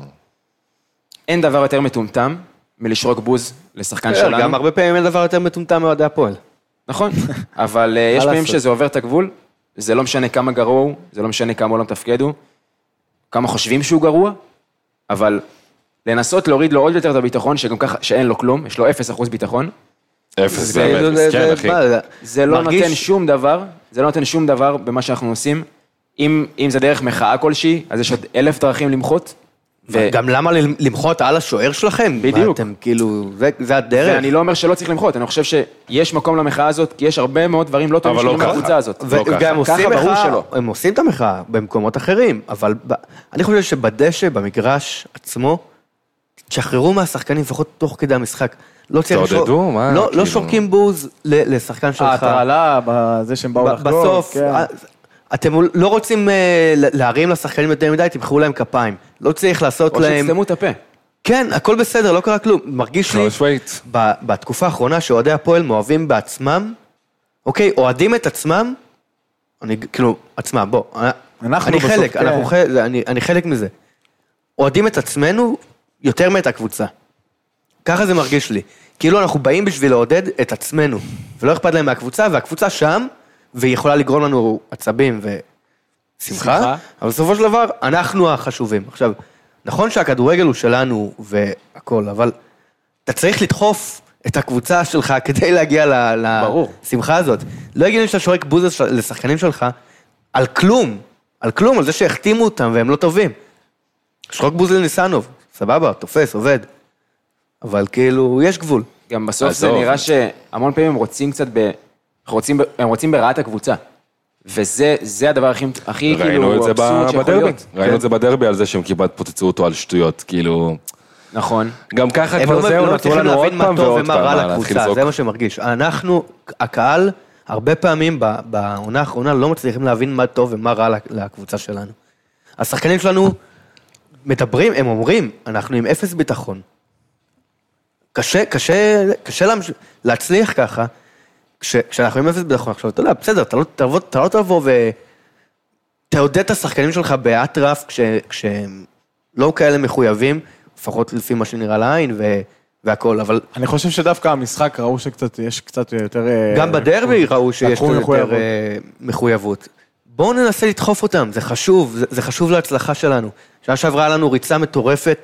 אין דבר יותר מטומטם מלשרוק בוז לשחקן כן, שלנו. גם הרבה פעמים אין דבר יותר מטומטם מאוהדי הפועל. נכון, אבל אה, יש מה פעמים לעשות? שזה עובר את הגבול, זה לא משנה כמה גרוע הוא, זה לא משנה כמה הוא לא מתפקד הוא, כמה חושבים שהוא גרוע, אבל לנסות להוריד לו עוד יותר את הביטחון, שגם ככה, שאין לו כלום, יש לו אפס אחוז ביטחון, אפס, זה- באמת, זה- מסכן, זה- אחי. מה, זה- זה לא מרגיש- נותן שום דבר, זה לא נותן שום דבר במה שאנחנו עושים, אם, אם זה דרך מחאה כלשהי, אז יש עוד אלף דרכים למחות, ו- גם למה למחות על השוער שלכם? בדיוק. מה, אתם כאילו, זה- זה הדרך. ואני לא אומר שלא צריך למחות, אני חושב שיש מקום למחאה הזאת, כי יש הרבה מאוד דברים לא טובים אבל לא שקורים ככה. בקבוצה הזאת. לא ככה. וגם עושים ככה ברור מחאה, שלא. הם עושים את המחאה במקומות אחרים, אבל ב- אני חושב שבדשא, במגרש עצמו, תשחררו מהשחקנים, לפחות תוך כדי המשחק. לא צריך תעודדו, לשור- מה, לא- לא כאילו? שורקים בוז ל- לשחקן שלך. ההטרלה, בזה שהם באו ב- לחגוג. בסוף, כן. אה, אתם לא רוצים אה, להרים לשחקנים יותר מדי, תמחאו להם כפיים. לא צריך לעשות או להם... שתסתמו את הפה. כן, הכל בסדר, לא קרה כלום. מרגיש לי, חד-משמעית. ב- בתקופה האחרונה שאוהדי הפועל מאוהבים בעצמם, אוקיי, אוהדים את עצמם, אני כאילו, עצמם, בוא, אנחנו אני בסוף, חלק, כן. אנחנו חלק, אני, אני חלק מזה. אוהדים את עצמנו יותר מאת הקבוצה. ככה זה מרגיש לי. כאילו אנחנו באים בשביל לעודד את עצמנו, ולא אכפת להם מהקבוצה, והקבוצה שם, והיא יכולה לגרום לנו עצבים ושמחה, שמחה. אבל בסופו של דבר, אנחנו החשובים. עכשיו, נכון שהכדורגל הוא שלנו והכל, אבל אתה צריך לדחוף את הקבוצה שלך כדי להגיע ל- ברור. לשמחה הזאת. לא הגיוני שאתה שורק בוז לש- לשחקנים שלך על כלום, על כלום, על זה שהחתימו אותם והם לא טובים. שרוק בוז לניסנוב, סבבה, תופס, עובד. אבל כאילו, יש גבול. גם בסוף זה עזוב. נראה שהמון פעמים הם רוצים קצת ב... רוצים ב... הם רוצים ברעת הקבוצה. וזה זה הדבר הכי, הכי ראינו כאילו את זה אבסורד שיכול בדרבי, להיות. ראינו כן. את זה בדרבי על זה שהם כמעט פוצצו אותו על שטויות, כאילו... נכון. גם ככה הם כבר לא, זהו, לא נתנו מצליחים לנו עוד להבין מה פעם טוב ועוד ומה פעם, רע מה, להתחיל לקבוצה, לזרוק. זה מה שמרגיש. אנחנו, הקהל, הרבה פעמים ב- בעונה האחרונה לא מצליחים להבין מה טוב ומה רע לקבוצה שלנו. השחקנים שלנו מדברים, הם אומרים, אנחנו עם אפס ביטחון. קשה, קשה, קשה להמש... להצליח ככה, כש, כשאנחנו עם אפס ביטחון. עכשיו, אתה יודע, בסדר, אתה לא תבוא, אתה לא תבוא ו... תעודד את השחקנים שלך באטרף כש, כשהם לא כאלה מחויבים, לפחות לפי מה שנראה לעין ו... והכל, אבל אני חושב שדווקא המשחק ראו שקצת, יש קצת יותר... גם בדרבי ראו שיש לקחו קצת יותר מחויבות. אה, מחויבות. בואו ננסה לדחוף אותם, זה חשוב, זה, זה חשוב להצלחה שלנו. שנה שעברה לנו ריצה מטורפת,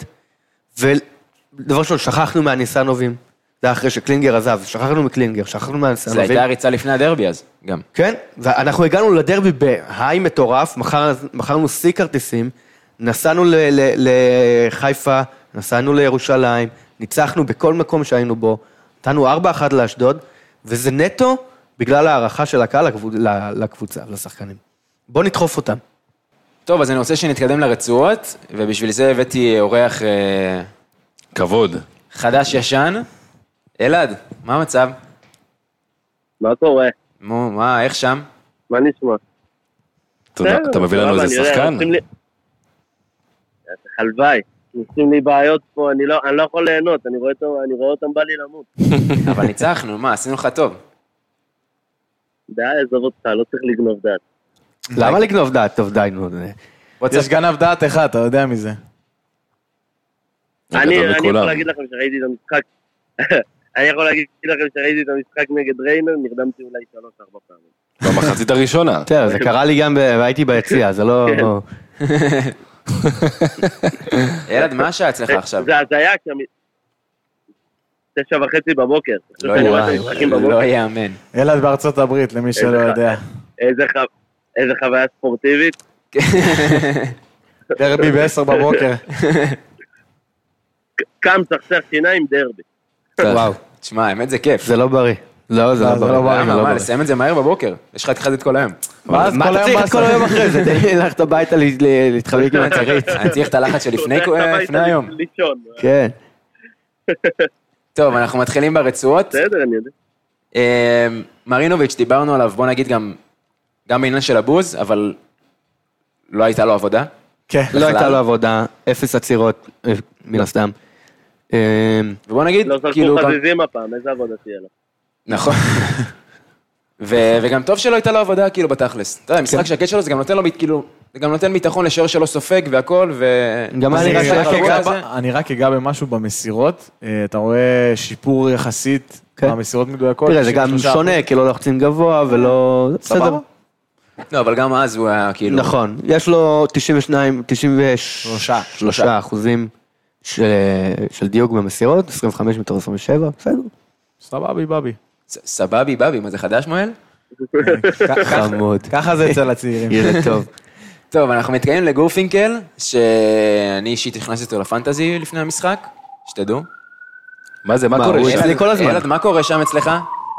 ודבר ראשון, שכחנו מהניסנובים, זה היה אחרי שקלינגר עזב, שכחנו מקלינגר, שכחנו זה מהניסנובים. הייתה הריצה לפני הדרבי אז, גם. כן, ואנחנו הגענו לדרבי בהיי מטורף, מכר, מכרנו שיא כרטיסים, נסענו ל, ל, לחיפה, נסענו לירושלים, ניצחנו בכל מקום שהיינו בו, נתנו ארבע אחת לאשדוד, וזה נטו בגלל הערכה של הקהל לקבוצה, לשחקנים. בואו נדחוף אותם. טוב, אז אני רוצה שנתקדם לרצועות, ובשביל זה הבאתי אורח אה, כבוד. חדש ישן. אלעד, מה המצב? מה קורה? מו, מה, איך שם? מה נשמע? אתה יודע, אתה מביא לנו סבבה, איזה אני יודע, שחקן? עושים לי- זה חלוואי, עושים לי בעיות פה, אני לא, אני לא יכול ליהנות, אני רואה אותם, אני רואה אותם בא לי למות. אבל ניצחנו, מה, עשינו לך טוב. די, עזוב אותך, לא צריך לגנוב דעת. למה לגנוב דעת? טוב, די, נו. בוא יש תספר. גנב דעת אחד, אתה יודע מזה. זה אני גדול אני מכולם. יכול להגיד לכם שראיתי את המשחק, אני יכול להגיד לכם שראיתי את המשחק נגד ריינר, נרדמתי אולי שלוש ארבע פעמים. במחצית הראשונה. בסדר, זה קרה לי גם, ב- והייתי ביציאה, זה לא... אלעד, מה השעה אצלך עכשיו? זה הזיה, כי המ- תשע וחצי בבוקר. לא אני רואה את יאמן, המשחקים לא בבוקר. יאמן. אלעד בארצות הברית, למי שלא איזה יודע. איזה ח- איזה חוויה ספורטיבית. דרבי בעשר בבוקר. קם צחצח שיניים דרבי. וואו, תשמע, האמת זה כיף. זה לא בריא. לא, זה לא, לא זה לא בריא. בריא. למה, מה, לסיים את זה מהר בבוקר? יש לך התחדד כל היום. ואז מה כל אתה היום צריך את כל באסה. היום אחרי זה? תן לי ללכת הביתה ל- ל- להתחבק עם הכרית. אני צריך את הלחץ שלפני הולך הביתה לפני היום. לישון. כן. טוב, אנחנו מתחילים ברצועות. בסדר, אני יודע. אה, מרינוביץ', דיברנו עליו, בוא נגיד גם, גם בעניין של הבוז, אבל לא הייתה לו עבודה. כן. לא הייתה בכלל. לו עבודה, אפס עצירות, אה, מן הסתם. אה, ובוא נגיד, לא כאילו, זרקו גם- חזיזים הפעם, איזה עבודה תהיה לו. נכון. ו- וגם טוב שלא הייתה לו עבודה, כאילו, בתכלס. אתה יודע, המשחק שהקט שלו, זה גם נותן לו, ב- כאילו, זה גם נותן ביטחון לשוער שלו סופג והכל, ו... גם היה אז נראה אני שהיה רק רגוע אגע הזה. ב- אני רק אגע במשהו במסירות, אה, אתה רואה שיפור יחסית כן. במסירות מדויקות. תראה, זה גם תשעים ושלושה אחוז. שונה, כי לא לוחצים גבוה ולא... בסדר. סבבה. לא, אבל גם אז הוא היה, כאילו... נכון, יש לו תשעים ושניים, תשעים שלושה. ושלושה אחוזים של של דיוק במסירות, עשרים וחמש מתוך עשרים ושבע, בסדר. סבבי בבי. ס- סבבי, בבי, מה זה חדש, מואל? חמוד. ככה זה אצל הצעירים. ילד טוב. טוב, אנחנו מתקיים לגורפינקל, שאני אישית הכנסתי אותו לפנטזי לפני המשחק, שתדעו. מה זה, מה מה, קורה הוא שם? אצלי כל הזמן. ילד, מה קורה שם אצלך?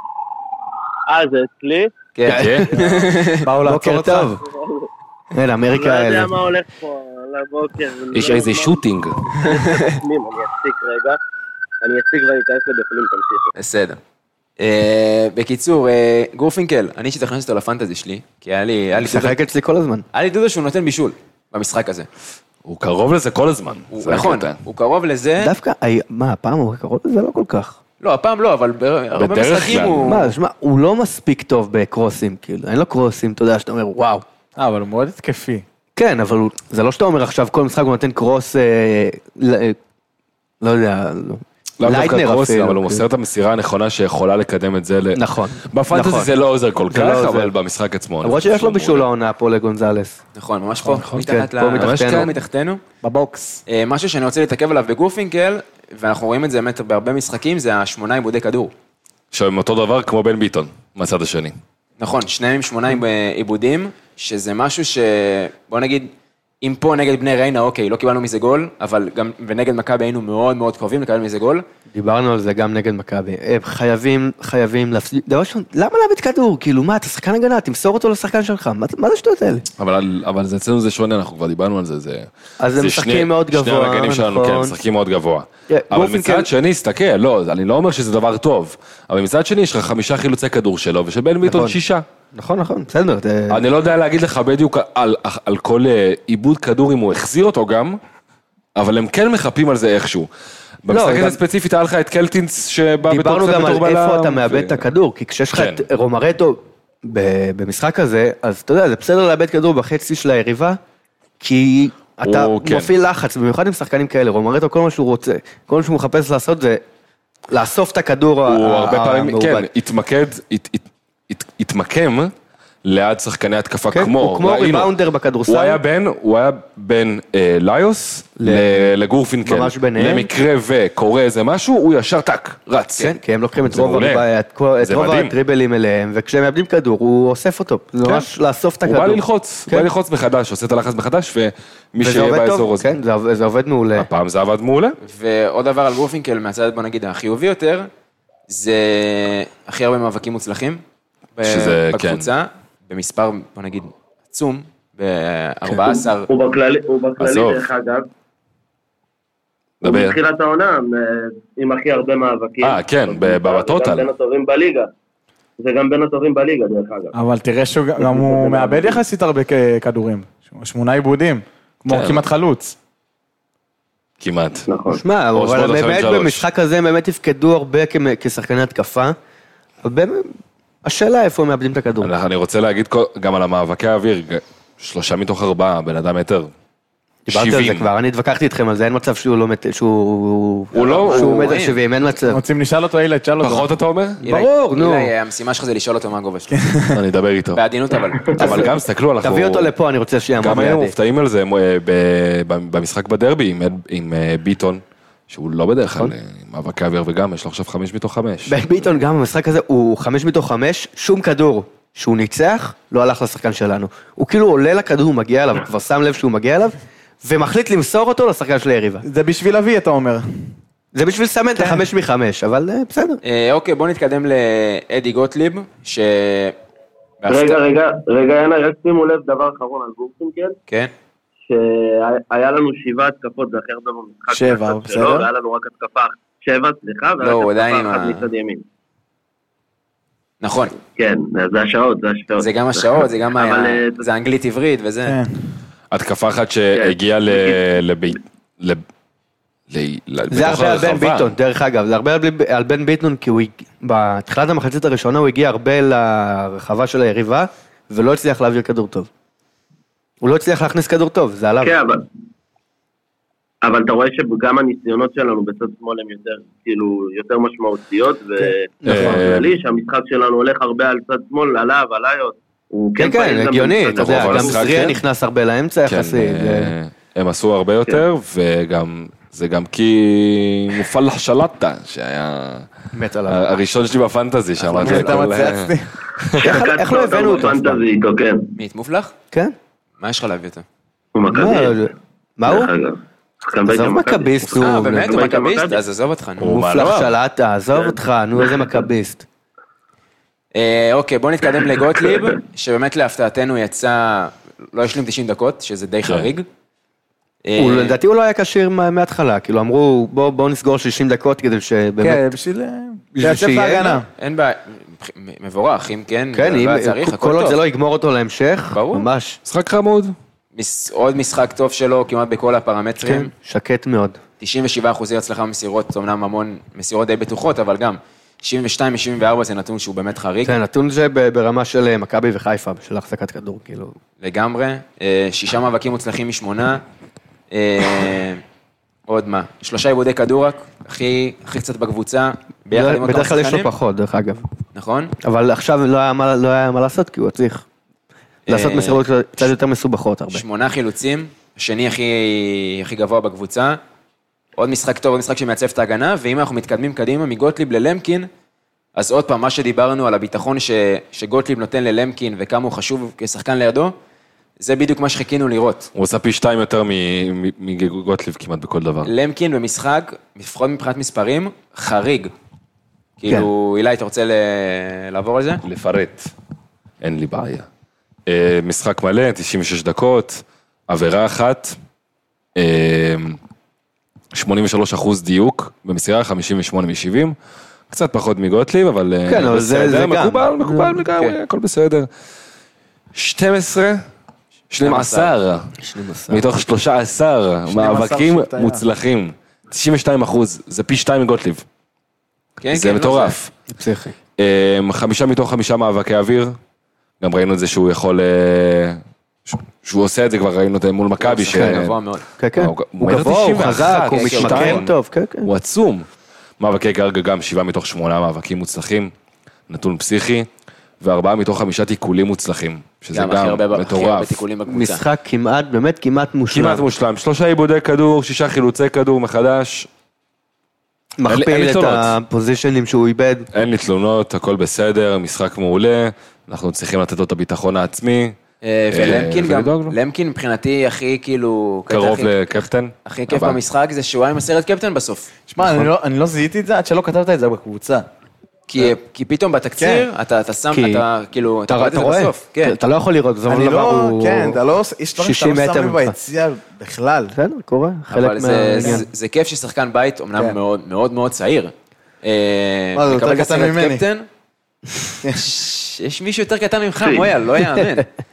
אה, זה אצלי? כן. כן? באו לעצור בוקר אותך. טוב. אין, לא אמריקה האלה. יודע מה הולך פה על הבוקר. יש לא- איזה שוטינג. בפנים, אני אפסיק רגע. אני אפסיק ואני אכנס לבפנים, תמשיכו. בסדר. אה, בקיצור, אה, גורפינקל, אני אישית הכנסתי אותו לפנטזי שלי, כי היה לי... היה לי דודו- משחק אצלי כל הזמן. היה לי דודו שהוא נותן בישול במשחק הזה. הוא קרוב לזה כל הזמן. הוא- זה נכון, הקטע. הוא קרוב לזה. דווקא, הי- מה, הפעם הוא קרוב לזה? לא כל כך. לא, הפעם לא, אבל בהרבה בדרך משחקים כלל. הוא... מה, שמע, הוא לא מספיק טוב בקרוסים, כאילו, אין לו קרוסים, אתה יודע, שאתה אומר, וואו. אה, אבל הוא מאוד התקפי. כן, אבל הוא- זה לא שאתה אומר עכשיו, כל משחק הוא נותן קרוס, אה, ל- אה, לא יודע, לא. לאו דווקא לייטנר קרוסים, אפילו, אבל הוא כאילו. מוסר את המסירה הנכונה שיכולה לקדם את זה ל... נכון. בפנטזי נכון. זה לא עוזר כל זה לא כך, עוזר. אבל במשחק עצמו... למרות אני חושב שיש לו שהוא בישול מעולה. העונה פה לגונזלס. נכון, ממש פה, כן, מתחת פה ל... מתחתנו. ממש כאן, מתחתנו. בבוקס. אה, משהו שאני רוצה להתעכב עליו בגורפינקל, ואנחנו רואים את זה באמת בהרבה משחקים, זה השמונה עיבודי כדור. שהם אותו דבר כמו בן ביטון, מהצד השני. נכון, שניהם עם שמונה עיבודים, שזה משהו ש... בוא נגיד, אם פה נגד בני ריינה, אוקיי, לא קיבלנו מזה גול, אבל גם ונגד מכבי היינו מאוד מאוד קרובים לקבל מזה גול. דיברנו על זה גם נגד מכבי. אה, חייבים, חייבים להפסיד. דבר ראשון, למה לאבד כדור? כאילו, מה, אתה שחקן הגנה, תמסור אותו לשחקן שלך. מה מה זה שטויות האלה? אבל, אבל זה אצלנו זה שונה, אנחנו כבר דיברנו על זה. זה אז הם משחקים שני- מאוד שני גבוה, המגנים שלנו, נכון. כן, משחקים מאוד גבוה. כן, אבל גורפינקל- מצד שני, הסתכל, לא, אני לא אומר שזה דבר טוב, אבל מצד שני, יש לך חמישה חילוצי כדור שלו, ושל בן ביטון נכון. שישה. נכון, נכון, בסדר. זה- אני לא יודע להגיד לך בדיוק על, על כל אה, עיבוד כדור אם הוא החזיר אותו גם, אבל הם כן מחפים על זה איכשהו. במשחק גם- הזה ספציפית היה לך את קלטינס שבא בתור דיברנו קצת גם על בתור איפה בלם, אתה מאבד ו- את הכדור, כי כשיש לך כן. את רומרטו ב- במשחק הזה, אז אתה יודע, זה בסדר לאבד כדור בחצי של היריבה, כי אתה הוא- כן. מפעיל לחץ, במיוחד עם שחקנים כאלה, רומרטו כל מה שהוא רוצה, כל מה שהוא מחפש לעשות זה לאסוף את הכדור הוא ה- הרבה פעמים, המעובד. כן, התמקד, הת- הת- הת- התמקם ליד שחקני התקפה כן, כמו, הוא כמו ראינו, ריבאונדר בכדורסל. הוא היה בין, הוא היה בין אה, ליוס ל- ל- לגורפינקל, ממש ביניהם. למקרה וקורה איזה משהו, הוא ישר טק, רץ. כן, כי הם לוקחים את זה רוב מעולה. הריבה- את כל- את זה רוב מדהים. הטריבלים אליהם, וכשהם מאבדים כדור, הוא אוסף אותו. זה כן. ממש לאסוף את הוא הכדור. בא ללחוץ, הוא כן. בא ללחוץ מחדש, עושה את הלחץ מחדש, ומי וזה שיהיה עובד באזור טוב, הזה. כן, זה עובד- זה עובד מעולה. הפעם זה עבד מעולה. ועוד דבר על גורפינקל, מהצד, בוא נגיד, החיובי יותר, זה הכי הרבה מאבקים מוצלחים. ב- שזה, בקבוצה, במספר, בוא נגיד, עצום, ב-ארבע עשרה. הוא בכללי, הוא בכללי עזוב. דרך אגב. הוא דבר. מתחילת העונה אה, עם הכי הרבה מאבקים. אה, כן, ב- בטוטל. זה גם בין הטובים בליגה. זה גם בין הטובים בליגה, דרך אגב. אבל תראה שגם הוא מאבד יחסית הרבה כ- כדורים. שמונה עיבודים. כמו כן. כמעט חלוץ. כמעט. נכון. שמע, ראש אבל מאוד עכשיו עם באמת שלוש. במשחק הזה הם באמת יפקדו הרבה כמ- כשחקני התקפה. אבל באמת, השאלה איפה הם מאבדים את הכדור. אני אני רוצה להגיד כל- גם על המאבקי האוויר, שלושה מתוך ארבעה, בן אדם מטר. דיברתי על זה שבעים. כבר, אני התווכחתי איתכם על זה, אין מצב שהוא לא מטר, שהוא... הוא לא- שהוא הוא- מטר שבעים, אין מצב. רוצים לשאול אותו, אילת, שאל אותו. פחות אתה אומר? ברור, נו. אילי, המשימה שלך זה לשאול אותו מה הגובה שלו. אני אדבר איתו. בעדינות אבל. אבל גם תסתכלו, אנחנו... תביא אותו לפה, אני רוצה שיעמוד גם היינו לידי. מופתעים על זה אה, ב- ב- במשחק בדרבי עם- עם אה, ביטון, שהוא לא בדרך כלל אה, עם מאבקי אוויר וגם, יש לו עכשיו חמש מתוך חמש. בן ביטון גם במשחק הזה הוא חמש מתוך חמש, שום כדור שהוא ניצח, לא הלך לשחקן שלנו. הוא כאילו עולה לכדור, הוא מגיע אליו, הוא כבר שם לב שהוא מגיע אליו, ומחליט למסור אותו לשחקן של היריבה. זה בשביל אבי, אתה אומר. זה בשביל סמן את החמש מחמש, אבל בסדר. אוקיי, בוא נתקדם לאדי גוטליב, ש... רגע, רגע, רגע, יאנה, רק שימו לב דבר אחרון על בורסינקל. כן. שהיה לנו שבעה התקפות, זה הכי הרבה במשחק. שבע, בסדר. והיה לנו רק התקפה שבע, סליחה, לא, הוא עדיין עם אחת ה... מצד ימין. נכון. כן, זה השעות, זה השעות. זה גם השעות, זה גם ה... אבל, זה אנגלית עברית וזה. כן. התקפה אחת שהגיעה לבית... זה הרבה על בן ביטון, דרך אגב, זה הרבה על בן ביטון, כי הוא, בתחילת המחצית הראשונה הוא הגיע הרבה לרחבה של היריבה, ולא הצליח להעביר כדור טוב. הוא לא הצליח להכניס כדור טוב, זה עליו. כן, אבל... אבל אתה רואה שגם הניסיונות שלנו בצד שמאל הם יותר, כאילו, יותר משמעותיות, וכללי שהמשחק שלנו הולך הרבה על צד שמאל, עליו, עליו, כן, כן, הגיוני, אתה יודע, גם זריה נכנס הרבה לאמצע יחסי. הם עשו הרבה יותר, וגם... זה גם כי מופלח שלטה, שהיה הראשון שלי בפנטזי, שאמרתי לכל... איך לא הבאנו אותו? מי, את מופלח? כן. מה יש לך להביא אותו? הוא מכביסט. מה הוא? עזוב מכביסט. אה, באמת? הוא מכביסט? אז עזוב אותך. מופלח שלטה, עזוב אותך, נו איזה מכביסט. אוקיי, בוא נתקדם לגוטליב, שבאמת להפתעתנו יצא, לא השלים תשעים דקות, שזה די חריג. לדעתי הוא לא היה קשיר מההתחלה, כאילו אמרו בואו נסגור שישים דקות כדי שבאמת... כן, בשביל לייצב להגנה. אין בעיה, מבורך, אם כן, כן, כל עוד זה לא יגמור אותו להמשך, ממש. משחק חמוד. עוד משחק טוב שלו כמעט בכל הפרמטרים. כן, שקט מאוד. תשעים ושבעה אחוזי הצלחה מסירות, אומנם המון מסירות די בטוחות, אבל גם שבעים ושתיים משבעים וארבע זה נתון שהוא באמת חריג. כן, נתון זה ברמה של מכבי וחיפה, של החזקת כדור, כאילו. לגמרי, שישה מאבקים מוצלחים משמונה, עוד מה, שלושה עיבודי כדור רק, הכי קצת בקבוצה, ביחד עם עוד כמה בדרך כלל יש לו שחקנים. פחות, דרך אגב. נכון? אבל עכשיו לא היה מה, לא היה מה לעשות, כי הוא צריך לעשות מסירות קצת יותר מסובכות הרבה. שמונה חילוצים, השני הכי, הכי גבוה בקבוצה, עוד משחק טוב, עוד משחק שמייצב את ההגנה, ואם אנחנו מתקדמים קדימה מגוטליב ללמקין, אז עוד פעם, מה שדיברנו על הביטחון ש, שגוטליב נותן ללמקין, וכמה הוא חשוב כשחקן לידו, זה בדיוק מה שחיכינו לראות. הוא עושה פי שתיים יותר מגוטליב כמעט בכל דבר. למקין במשחק, לפחות מבחינת מספרים, חריג. כאילו, אילי, אתה רוצה לעבור על זה? לפרט. אין לי בעיה. משחק מלא, תשעים ושש דקות, עבירה אחת, שמונים ושלושה אחוז דיוק, במסירה חמישים ושמונה משבעים, קצת פחות מגוטליב, אבל כן, אבל זה, זה מקובל, גם. מקובל לגמרי, הכל בסדר. שתים עשרה, שנים עשר, מתוך שלושה עשר מאבקים מוצלחים, תשעים ושתיים אחוז, זה פי שתיים מגוטליב. זה מטורף. פסיכי. חמישה מתוך חמישה מאבקי אוויר, גם ראינו את זה שהוא יכול, שהוא עושה את זה, כבר ראינו את זה מול מכבי. הוא גבוה מאוד. כן, כן. הוא גבוה, הוא חזק, הוא מתמקם טוב, כן, כן. הוא עצום. מאבקי גרגה גם שבעה מתוך שמונה מאבקים מוצלחים, נתון פסיכי, וארבעה מתוך חמישה תיקולים מוצלחים, שזה גם מטורף. משחק כמעט, באמת כמעט מושלם. כמעט מושלם. שלושה עיבודי כדור, שישה חילוצי כדור מחדש. מכפיל את הפוזישנים שהוא איבד. אין לי תלונות, הכל בסדר, משחק מעולה, אנחנו צריכים לתת לו את הביטחון העצמי. ולמקין גם, למקין מבחינתי הכי כאילו... קרוב לקפטן. הכי כיף במשחק זה שהוא היה עם הסרט קפטן בסוף. שמע, אני לא זיהיתי את זה עד שלא כתבת את זה בקבוצה. כי פתאום בתקציר, אתה שם, אתה כאילו, אתה רואה את זה בסוף. אתה לא יכול לראות, זה אני לא, כן, אתה לא, יש דברים שאתה לא שם לב ביציאה בכלל. בסדר, קורה. אבל זה כיף ששחקן בית, אמנם מאוד מאוד צעיר. מה, זה יותר קטן ממני. יש מישהו יותר קטן ממך, מויאל, לא יאמן.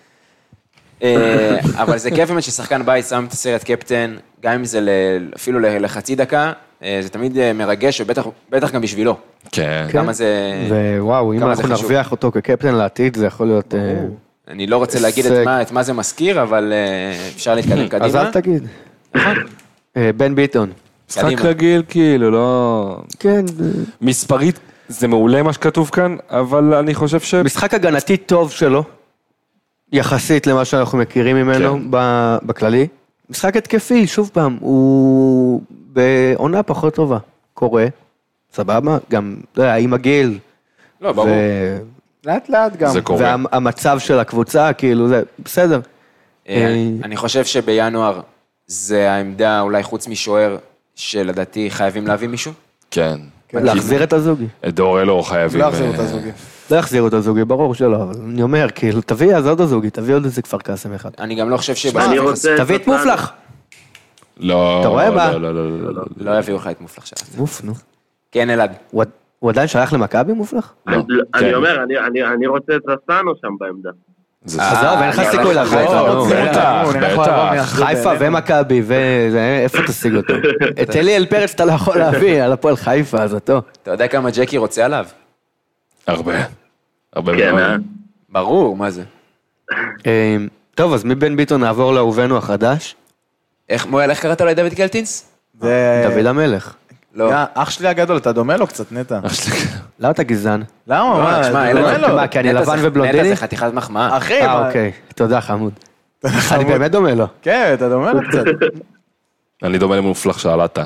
אבל זה כיף באמת ששחקן בית שם את הסרט קפטן, גם אם זה אפילו לחצי דקה, זה תמיד מרגש, ובטח גם בשבילו. כן. כמה זה... ווואו, אם אנחנו נרוויח אותו כקפטן לעתיד, זה יכול להיות... אני לא רוצה להגיד את מה זה מזכיר, אבל אפשר להתקדם קדימה. אז אל תגיד. בן ביטון. משחק רגיל, כאילו, לא... כן. מספרית, זה מעולה מה שכתוב כאן, אבל אני חושב ש... משחק הגנתי טוב שלו, יחסית למה שאנחנו מכירים ממנו בכללי. משחק התקפי, שוב פעם, הוא בעונה פחות טובה. קורה, סבבה, גם, לא יודע, עם הגיל. לא, ברור. לאט לאט גם. זה קורה. והמצב של הקבוצה, כאילו זה, בסדר. אני חושב שבינואר זה העמדה, אולי חוץ משוער, שלדעתי חייבים להביא מישהו. כן. להחזיר את הזוגי. את דורלו חייבים. לא יחזירו את הזוגי. לא יחזירו את הזוגי, ברור שלא, אבל אני אומר, כאילו, תביא אז עוד הזוגי, תביא עוד איזה כפר קאסם אחד. אני גם לא חושב ש... אני רוצה... תביא את מופלח. לא, אתה רואה מה? לא, לא, לא, לא, לא. לא יביאו לך את מופלח שלך. מוף, נו. כן, אלעד. הוא הוא עדיין שייך למכבי מופלח? אני- כן. אני אומר, אני- אני- אני רוצה את רסטנו שם בעמדה. זה אה, עזוב, אין לך אני סיכוי הולך להביא לחזור, אותו. נו. בטח, בטח. חיפה ומכבי, ואיפה תשיג אותו? את אלי אלפרץ אתה לא יכול להביא, על הפועל חיפה, אז אותו. אתה יודע כמה ג'קי רוצה עליו? הרבה. הרבה כן, מאוד. אה? ברור, מה זה? אה, טוב, אז מבן ביטון נעבור לאהובנו החדש, איך, מואל, איך קראת לו לדוד קלטינס? זה... דוד המלך. לא. יא, אח שלי הגדול, אתה דומה לו קצת, נטע. למה אתה גזען? למה? לא, מה? תשמע, אתה אלעד, דומה לו. מה, כי אני נטע לבן זה- ובלונדיני? נטע זה חתיכת מחמאה. אחי, אה, מה- אוקיי, תודה חמוד. אני באמת דומה לו. כן, אתה דומה לו קצת. אני דומה למופלח שעלת.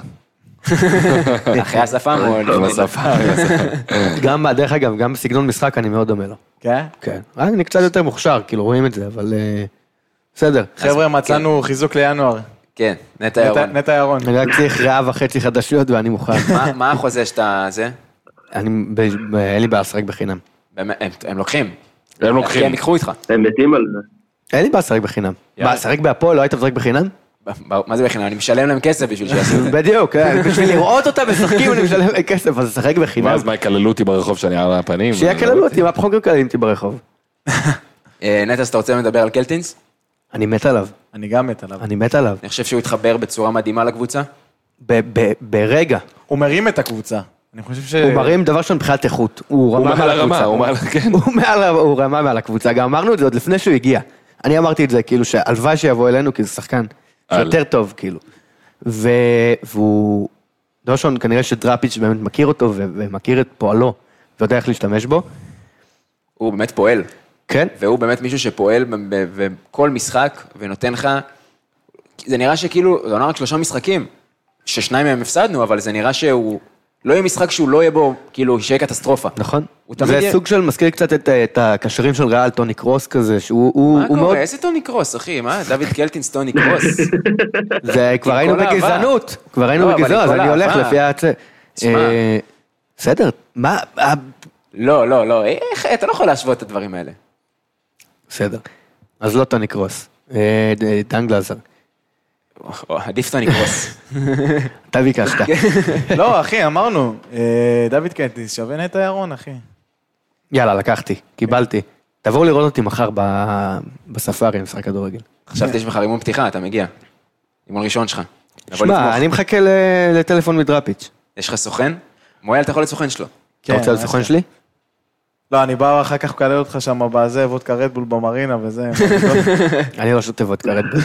אחרי השפם או... עם השפה. גם, דרך אגב, גם בסגנון משחק אני מאוד דומה לו. כן? כן. אני קצת יותר מוכשר, כאילו רואים את זה, אבל אה, בסדר. חבר'ה, מצאנו חיזוק לינואר. כן, נטע נטע- ירון. נטע ירון. אני רק צריך ריאה וחצי חדשות ואני מוכן. מה- מה החוזה שאתה... זה? אני, ב- ב- אין לי בעיה לשחק בחינם. באמת, הם- הם לוקחים. הם כי לוקחים. הם ייקחו איתך. הם מתים על זה. אין לי בעיה לשחק בחינם. יאללה. מה, לשחק בהפועל לא היית משחק בחינם? ב- ב- מה זה בחינם? אני משלם להם כסף בשביל שיעשו את זה. בדיוק, כן. בשביל לראות אותם משחקים אני משלם להם כסף, אז לשחק בחינם. ואז מה, יקללו אותי ברחוב שאני על הפנים? שיקללו אותי, מה פחות יקללים אותי ברחוב? אה, נטע, אז אתה רוצה לדבר על קלטינס? אני מת עליו, אני גם מת עליו. אני מת עליו. אני חושב שהוא התחבר בצורה מדהימה לקבוצה. ב- ב- ברגע. הוא מרים את הקבוצה. אני חושב ש... הוא מרים דבר ראשון מבחינת איכות. הוא הוא רמה מעל מעל הרמה, הקבוצה. הוא מעל, כן. הוא מעל, הוא רמה מעל הקבוצה. גם אמרנו את זה עוד לפני שהוא הגיע. אני אמרתי את זה, כאילו, שהלוואי שיבוא אלינו, כי זה שחקן על. יותר טוב, כאילו. ו- והוא, דבר ראשון, כנראה שדראפיץ' באמת מכיר אותו, ו- ומכיר את פועלו, ויודע איך להשתמש בו. הוא באמת פועל. כן? והוא באמת מישהו שפועל ב- ב- בכל משחק ונותן לך... זה נראה שכאילו, זה לא רק שלושה משחקים, ששניים מהם הפסדנו, אבל זה נראה שהוא... לא יהיה משחק שהוא לא יהיה בו, כאילו, שיהיה קטסטרופה. נכון. הוא תמיד זה יהיה- סוג של, מזכיר קצת את, את הקשרים של ריאל, טוני קרוס כזה, שהוא הוא, מה הוא מאוד... קורה? איזה טוני קרוס, אחי? מה? דוד קלטינס, טוני קרוס. זה כבר היינו כל אהבה. בגזענות, כבר היינו לא, אבל בגזענות, אז עם כל אני הולך אהבה. לפי הצ... תשמע. אה, בסדר, מה... אה, לא, לא, לא. איך, אתה לא יכול להשוות את הדברים האלה. בסדר. אז לא טוני קרוס, אה, ד- דן גלזר. או, עדיף טוני קרוס. אתה ביקשת. לא, אחי, אמרנו. אה, דוד קלטינס שווה נטע ירון, אחי. יאללה, לקחתי, קיבלתי. תבואו לראות אותי מחר ב- בספארי, משחק כדורגל. חשבתי יש לך אימון פתיחה, אתה מגיע. אימון ראשון שלך. לבוא לתמוך. שמע, אני מחכה ל- לטלפון מדראפיץ'. יש לך סוכן? מואל, אתה יכול להיות סוכן שלו. אתה רוצה להיות כן, סוכן יש- שלי? לא, אני בא אחר כך לקלל אותך שם בזה, וודקה רדבול במרינה וזה. אני לא שותה וודקה רדבול.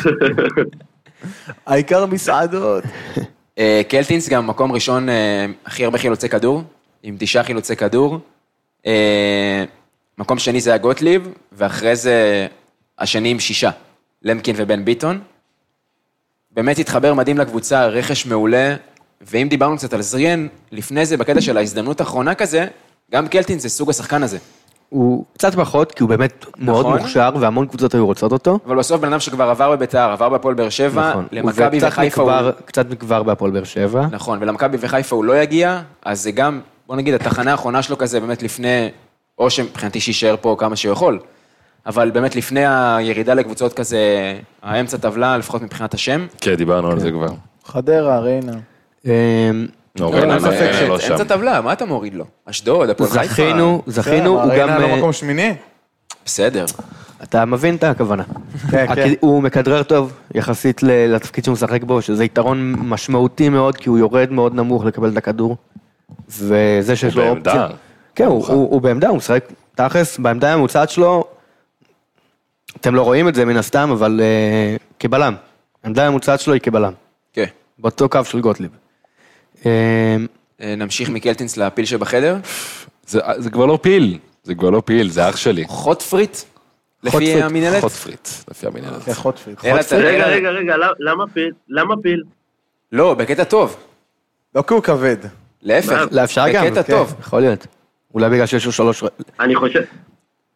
העיקר מסעדות. אה, קלטינס גם מקום ראשון, אה, הכי הרבה חילוצי כדור, עם תשעה חילוצי כדור. אה, מקום שני זה הגוטליב, ואחרי זה השני עם שישה, למקין ובן ביטון. באמת התחבר מדהים לקבוצה, רכש מעולה, ואם דיברנו קצת על זריאן, לפני זה, בקטע של ההזדמנות האחרונה כזה, גם קלטינס זה סוג השחקן הזה. הוא קצת פחות, כי הוא באמת מאוד נכון. מוכשר, והמון קבוצות היו רוצות אותו. אבל בסוף בן אדם שכבר עבר בביתר, עבר בהפועל באר שבע, נכון. למכבי וקצת וחיפה הוא... מכבר- קצת מכבר בהפועל באר שבע. נכון, ולמכבי וחיפה הוא לא יגיע, אז זה גם, בוא נגיד, התחנה האחרונה שלו כזה באמת לפני, או שמבחינתי שישאר פה כמה שהוא יכול, אבל באמת לפני הירידה לקבוצות כזה, האמצע טבלה, לפחות מבחינת השם. כן, דיברנו על זה כבר. חדרה, ריינה. אמ, לא, לא, ריינה אין ספק זה לא ש- שם. אמצע טבלה, מה אתה מוריד לו? אשדוד, הפועל חיפה. זכינו, זכינו, הוא גם... ריינה לא אה, מקום שמיני? בסדר. אתה מבין את הכוונה. כן, הכ- כן. הוא מכדרר טוב יחסית ל- לתפקיד שהוא משחק בו, שזה יתרון משמעותי מאוד, כי הוא יורד מאוד נמוך לקבל את הכדור. וזה שיש הוא לו בעמדה. אופציה. כן, הוא- הוא הוא בעמדה, הוא משחק תכלס, בעמדה הממוצעת שלו, אתם לא רואים את זה מן הסתם, אבל אה, כבלם. העמדה הממוצעת שלו היא כבלם. כן. באותו קו של גוטליב. אה, אה, נמשיך מקלטינס לפיל שבחדר. זה זה כבר לא פיל, זה כבר לא פיל, זה אח שלי. חוטפריט, לפי חוטפריט. המנהלת. חוטפריט, לפי המנהלת. כן, חוטפריט. אלא אתה- רגע, רגע, רגע, למה- למה פיל? למה פיל? לא, בקטע טוב. לא כי הוא כבד. להפך, לא, אפשר גם. בקטע כן, טוב. יכול להיות. אולי בגלל שיש לו שלוש... אני חושב...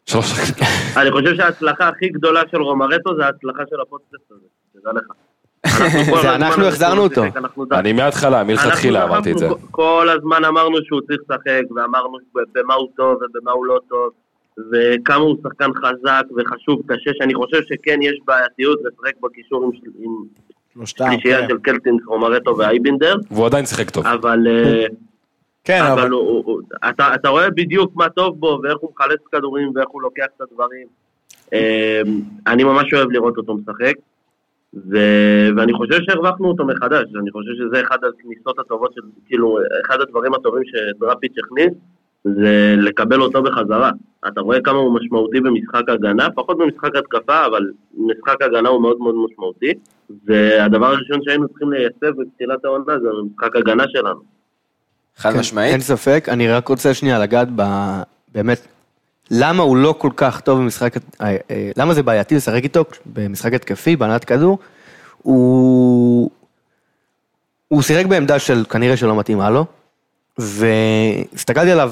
שלוש... אני חושב שההצלחה הכי גדולה של רומרטו זה ההצלחה של הפודקאסט הזה, תדע לך. זה אנחנו החזרנו אותו. אני מההתחלה, מלכתחילה אמרתי את זה. כל הזמן אמרנו שהוא צריך לשחק, ואמרנו במה הוא טוב ובמה הוא לא טוב, וכמה הוא שחקן חזק וחשוב, קשה, שאני חושב שכן יש בעייתיות לשחק בקישור עם שלישייה של קלטינס, רומרטו ואייבינדר. והוא עדיין שיחק טוב. אבל... כן, אבל אבל... הוא, הוא, אתה, אתה רואה בדיוק מה טוב בו, ואיך הוא מחלץ כדורים, ואיך הוא לוקח את הדברים. אני ממש אוהב לראות אותו משחק, ו, ואני חושב שהרווחנו אותו מחדש, אני חושב שזה אחד הכניסות הטובות, של, כאילו, אחד הדברים הטובים שדראפיץ' הכניס, זה לקבל אותו בחזרה. אתה רואה כמה הוא משמעותי במשחק הגנה, פחות במשחק התקפה, אבל משחק הגנה הוא מאוד מאוד משמעותי, והדבר הראשון שהיינו צריכים לייצב בתחילת העונה, זה משחק הגנה שלנו. חד משמעית. אין ספק, אני רק רוצה שנייה לגעת באמת, למה הוא לא כל כך טוב במשחק, למה זה בעייתי לשחק איתו במשחק התקפי, בהנעת כדור, הוא הוא שיחק בעמדה של כנראה שלא מתאימה לו, והסתכלתי עליו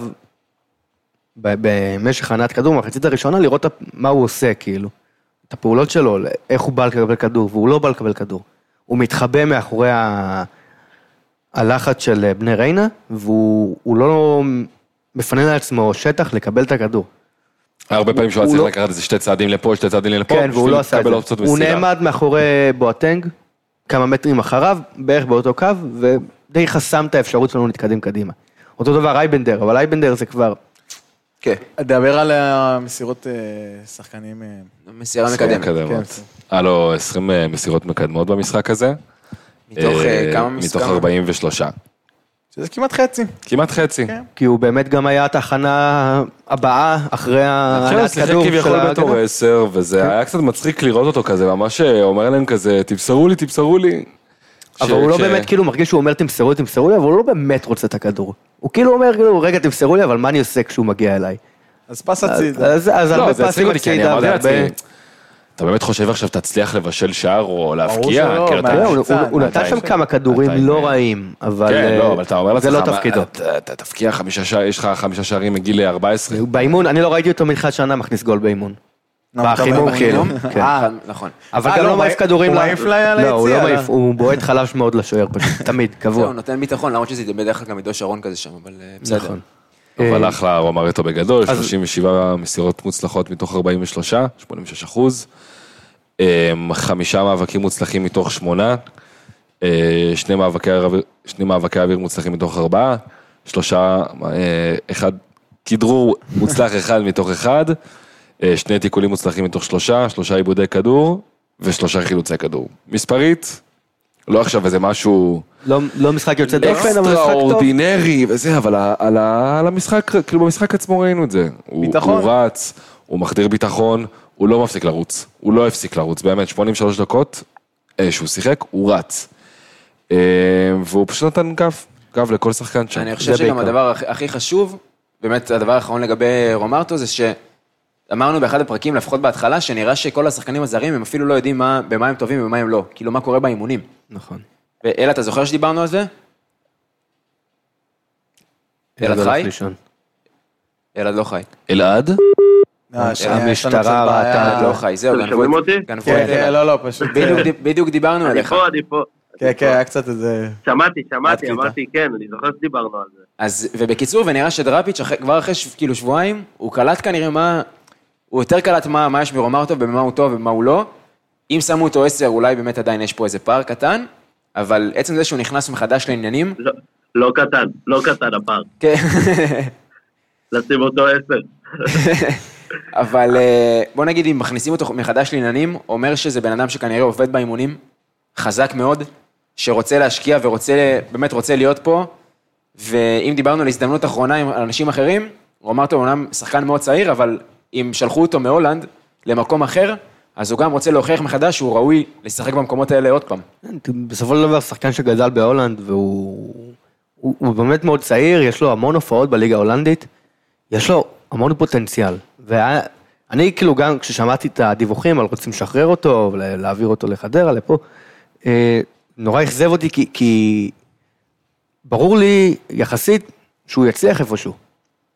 במשך הנעת כדור, מחצית הראשונה, לראות מה הוא עושה, כאילו, את הפעולות שלו, איך הוא בא לקבל כדור, והוא לא בא לקבל כדור. הוא מתחבא מאחורי ה... הלחץ של בני ריינה, והוא לא מפנה לעצמו שטח לקבל את הכדור. הרבה פעמים שהוא צריך לקחת איזה שתי צעדים לפה, שתי צעדים לפה, כן, והוא לא עשה את זה. הוא נעמד מאחורי בואטנג, כמה מטרים אחריו, בערך באותו קו, ודי חסם את האפשרות שלנו להתקדם קדימה. אותו דבר אייבנדר, אבל אייבנדר זה כבר... כן. דבר על המסירות שחקנים... מסירה מקדמת. היה לו עשרים מסירות מקדמות במשחק הזה. מתוך כמה מסכם? מתוך ארבעים ושלוש. שזה כמעט חצי. כמעט חצי. כי הוא באמת גם היה התחנה הבאה אחרי הכדור של ההגנה. כביכול בתור עשר, וזה היה קצת מצחיק לראות אותו כזה, ממש אומר להם כזה, תבשרו לי, תבשרו לי. אבל הוא לא באמת כאילו מרגיש שהוא אומר תמסרו לי, תמסרו לי, אבל הוא לא באמת רוצה את הכדור. הוא כאילו אומר, רגע תמסרו לי, אבל מה אני עושה כשהוא מגיע אליי? אז פס הציד. אז הרבה פסים הצידה. אתה באמת חושב עכשיו תצליח לבשל שער או להפקיע? הוא נתן שם כמה כדורים לא רעים, אבל זה לא תפקידו. אתה תפקיע חמישה שערים, יש לך חמישה שערים מגיל ארבע עשרה. באימון, אני לא ראיתי אותו מלכת שנה מכניס גול באימון. בחימום כאילו. נכון. אבל גם לא מעיף כדורים. הוא מעיף ליציאה. לא, הוא לא מעיף, הוא בועט חלש מאוד לשוער פשוט, תמיד, קבוע. הוא נותן ביטחון, למרות שזה בדרך כלל גם עידו שרון כזה שם, אבל בסדר. אבל אחלה, הוא אמר איתו בגדול, שלושים ושבע מסירות מוצלחות מתוך ארבעים ושלוש, שמונים ושש אחוז. חמישה מאבקים מוצלחים מתוך שמונה, שני מאבקי, שני מאבקי אוויר מוצלחים מתוך ארבעה, שלושה, אחד, כדרור מוצלח אחד מתוך אחד, שני תיקולים מוצלחים מתוך שלושה, שלושה עיבודי כדור, ושלושה חילוצי כדור. מספרית, לא עכשיו איזה משהו... לא, לא משחק יוצא דופן, אבל משחק טוב. אקסטרה אורדינרי וזה, אבל על, על המשחק, כאילו במשחק עצמו ראינו את זה. ביטחון. הוא, הוא רץ, הוא מחדיר ביטחון, הוא לא מפסיק לרוץ, הוא לא הפסיק לרוץ, באמת, שמונים ושלוש דקות שהוא שיחק, הוא רץ. והוא פשוט נתן גב, גב לכל שחקן שם. אני חושב שגם הדבר הכי חשוב, באמת הדבר האחרון לגבי רומרטו, זה שאמרנו באחד הפרקים, לפחות בהתחלה, שנראה שכל השחקנים הזרים, הם אפילו לא יודעים מה, במה הם טובים ובמה הם לא. כאילו, מה קורה באימונים. נכון. ואלה, אתה זוכר שדיברנו על זה? אלעד חי? אלעד לא חי. אלעד? המשטרה ראתה, לא חי, זהו, גנבו את אלעד. לא, לא, פשוט. בדיוק דיברנו עליך. אני פה, אני פה. כן, כן, היה קצת איזה... שמעתי, שמעתי, אמרתי, כן, אני זוכר שדיברנו על זה. אז, ובקיצור, ונראה שדראפיץ' כבר אחרי כאילו שבועיים, הוא קלט כנראה מה, הוא יותר קלט מה, מה יש מרומרטו, במה הוא טוב ובמה הוא לא. אם שמו אותו עשר, אולי באמת עדיין יש פה איזה פער קטן, אבל עצם זה שהוא נכנס מחדש לעניינים... לא, לא קטן, לא קטן הפער. כן. לשים אותו עשר. אבל בוא נגיד, אם מכניסים אותו מחדש לעניינים, אומר שזה בן אדם שכנראה עובד באימונים, חזק מאוד, שרוצה להשקיע ורוצה, באמת רוצה להיות פה, ואם דיברנו על הזדמנות אחרונה עם אנשים אחרים, רומרטו אומנם שחקן מאוד צעיר, אבל אם שלחו אותו מהולנד למקום אחר, אז הוא גם רוצה להוכיח מחדש שהוא ראוי לשחק במקומות האלה עוד פעם. בסופו של דבר, שחקן שגדל בהולנד, והוא הוא, הוא באמת מאוד צעיר, יש לו המון הופעות בליגה ההולנדית, יש לו המון פוטנציאל, ואני כאילו גם כששמעתי את הדיווחים על רוצים לשחרר אותו, ולהעביר אותו לחדרה, לפה, נורא אכזב אותי, כי, כי ברור לי יחסית שהוא יצליח איפשהו,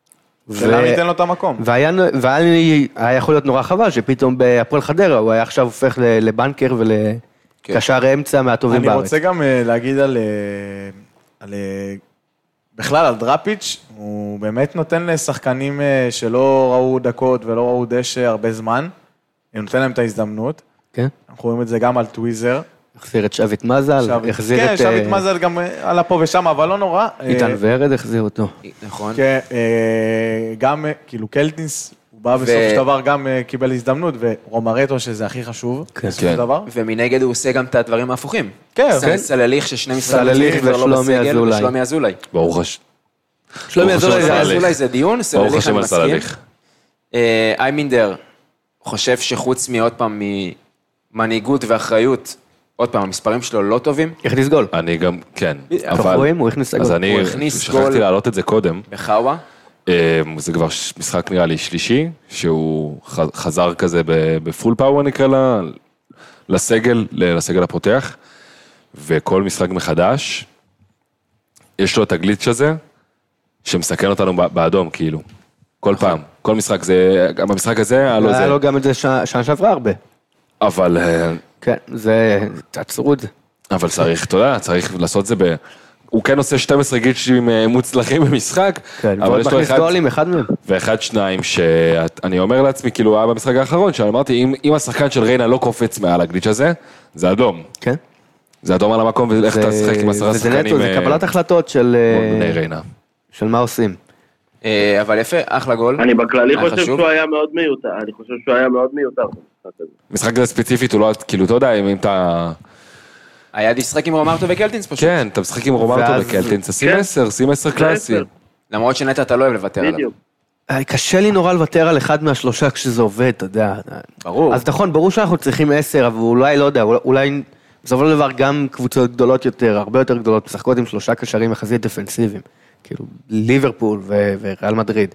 שלמה ייתן לו את המקום. והיה היה יכול להיות נורא חבל שפתאום בהפועל חדרה הוא היה עכשיו הופך לבנקר ולקשר אמצע מהטובים בארץ. אני רוצה גם להגיד על, על, בכלל על דראפיץ', הוא באמת נותן לשחקנים שלא ראו דקות ולא ראו דשא הרבה זמן, הוא נותן להם את ההזדמנות. כן. אנחנו רואים את זה גם על טוויזר. החזיר את שביט מזל, החזיר את... כן, שביט מזל גם עלה פה ושם, אבל לא נורא. איתן ורד החזיר אותו. נכון. כן, גם, כאילו, קלטינס, הוא בא בסוף של דבר גם קיבל הזדמנות, ורומרטו, שזה הכי חשוב, בסוף של דבר. ומנגד הוא עושה גם את הדברים ההפוכים. כן, כן. סלליך ששני סלליך ושלומי אזולאי. ושלומי אזולאי. ברוך השם. שלומי אזולאי זה דיון, ברוך סלליך השם אני על מסכים. סלליך. איימינדר חושב שחוץ מעוד פעם ממנהיגות ואחריות, עוד פעם, המספרים שלו לא טובים. הכניס גול. אני גם, כן. אנחנו רואים, הוא הכניס גול. אז אני שכחתי להעלות את זה קודם. בחאווה. זה כבר משחק נראה לי שלישי, שהוא חזר כזה בפול פאוור נקרא לה, לסגל, לסגל הפותח, וכל משחק מחדש, יש לו את הגליץ' הזה, שמסכן אותנו באדום, כאילו. כל פעם, כל משחק זה, גם במשחק הזה, היה לו זה. היה לו גם את זה שנה שעברה הרבה. אבל... כן, זה, תעצרו את זה. אבל צריך, אתה יודע, צריך לעשות זה ב... הוא כן עושה שנים עשר גיצ'ים מוצלחים במשחק, כן, ועוד מכניס גולים, אחד מהם. ואחד שניים, שאני אומר לעצמי, כאילו, היה במשחק האחרון, שאני אמרתי, אם, אם השחקן של ריינה לא קופץ מעל הגליץ' הזה, זה אדום. כן. זה אדום על המקום, ואיך אתה שחק עם עשרה שחקנים... זה קבלת החלטות של... בני ריינה. של מה עושים. אבל יפה, אחלה גול. אני בכללי חושב שהוא היה מאוד מיותר, אני חושב שהוא היה מאוד מיותר. משחק הזה ספציפית, הוא לא, כאילו, אתה יודע, אם אתה... היה דיסחק עם רומרטו וקלטינס פשוט. כן, אתה משחק עם רומרטו וקלטינס, שים עשר, שים עשר קלאסי. למרות שנטע אתה לא אוהב לוותר עליו. קשה לי נורא לוותר על אחד מהשלושה כשזה עובד, אתה יודע. ברור. אז נכון, ברור שאנחנו צריכים עשר, אבל אולי, לא יודע, אולי בסופו של דבר גם קבוצות גדולות יותר, הרבה יותר גדולות, משחקות עם שלושה קשרים יחסית דפנסיביים. כאילו, ליברפול וריאל מדריד.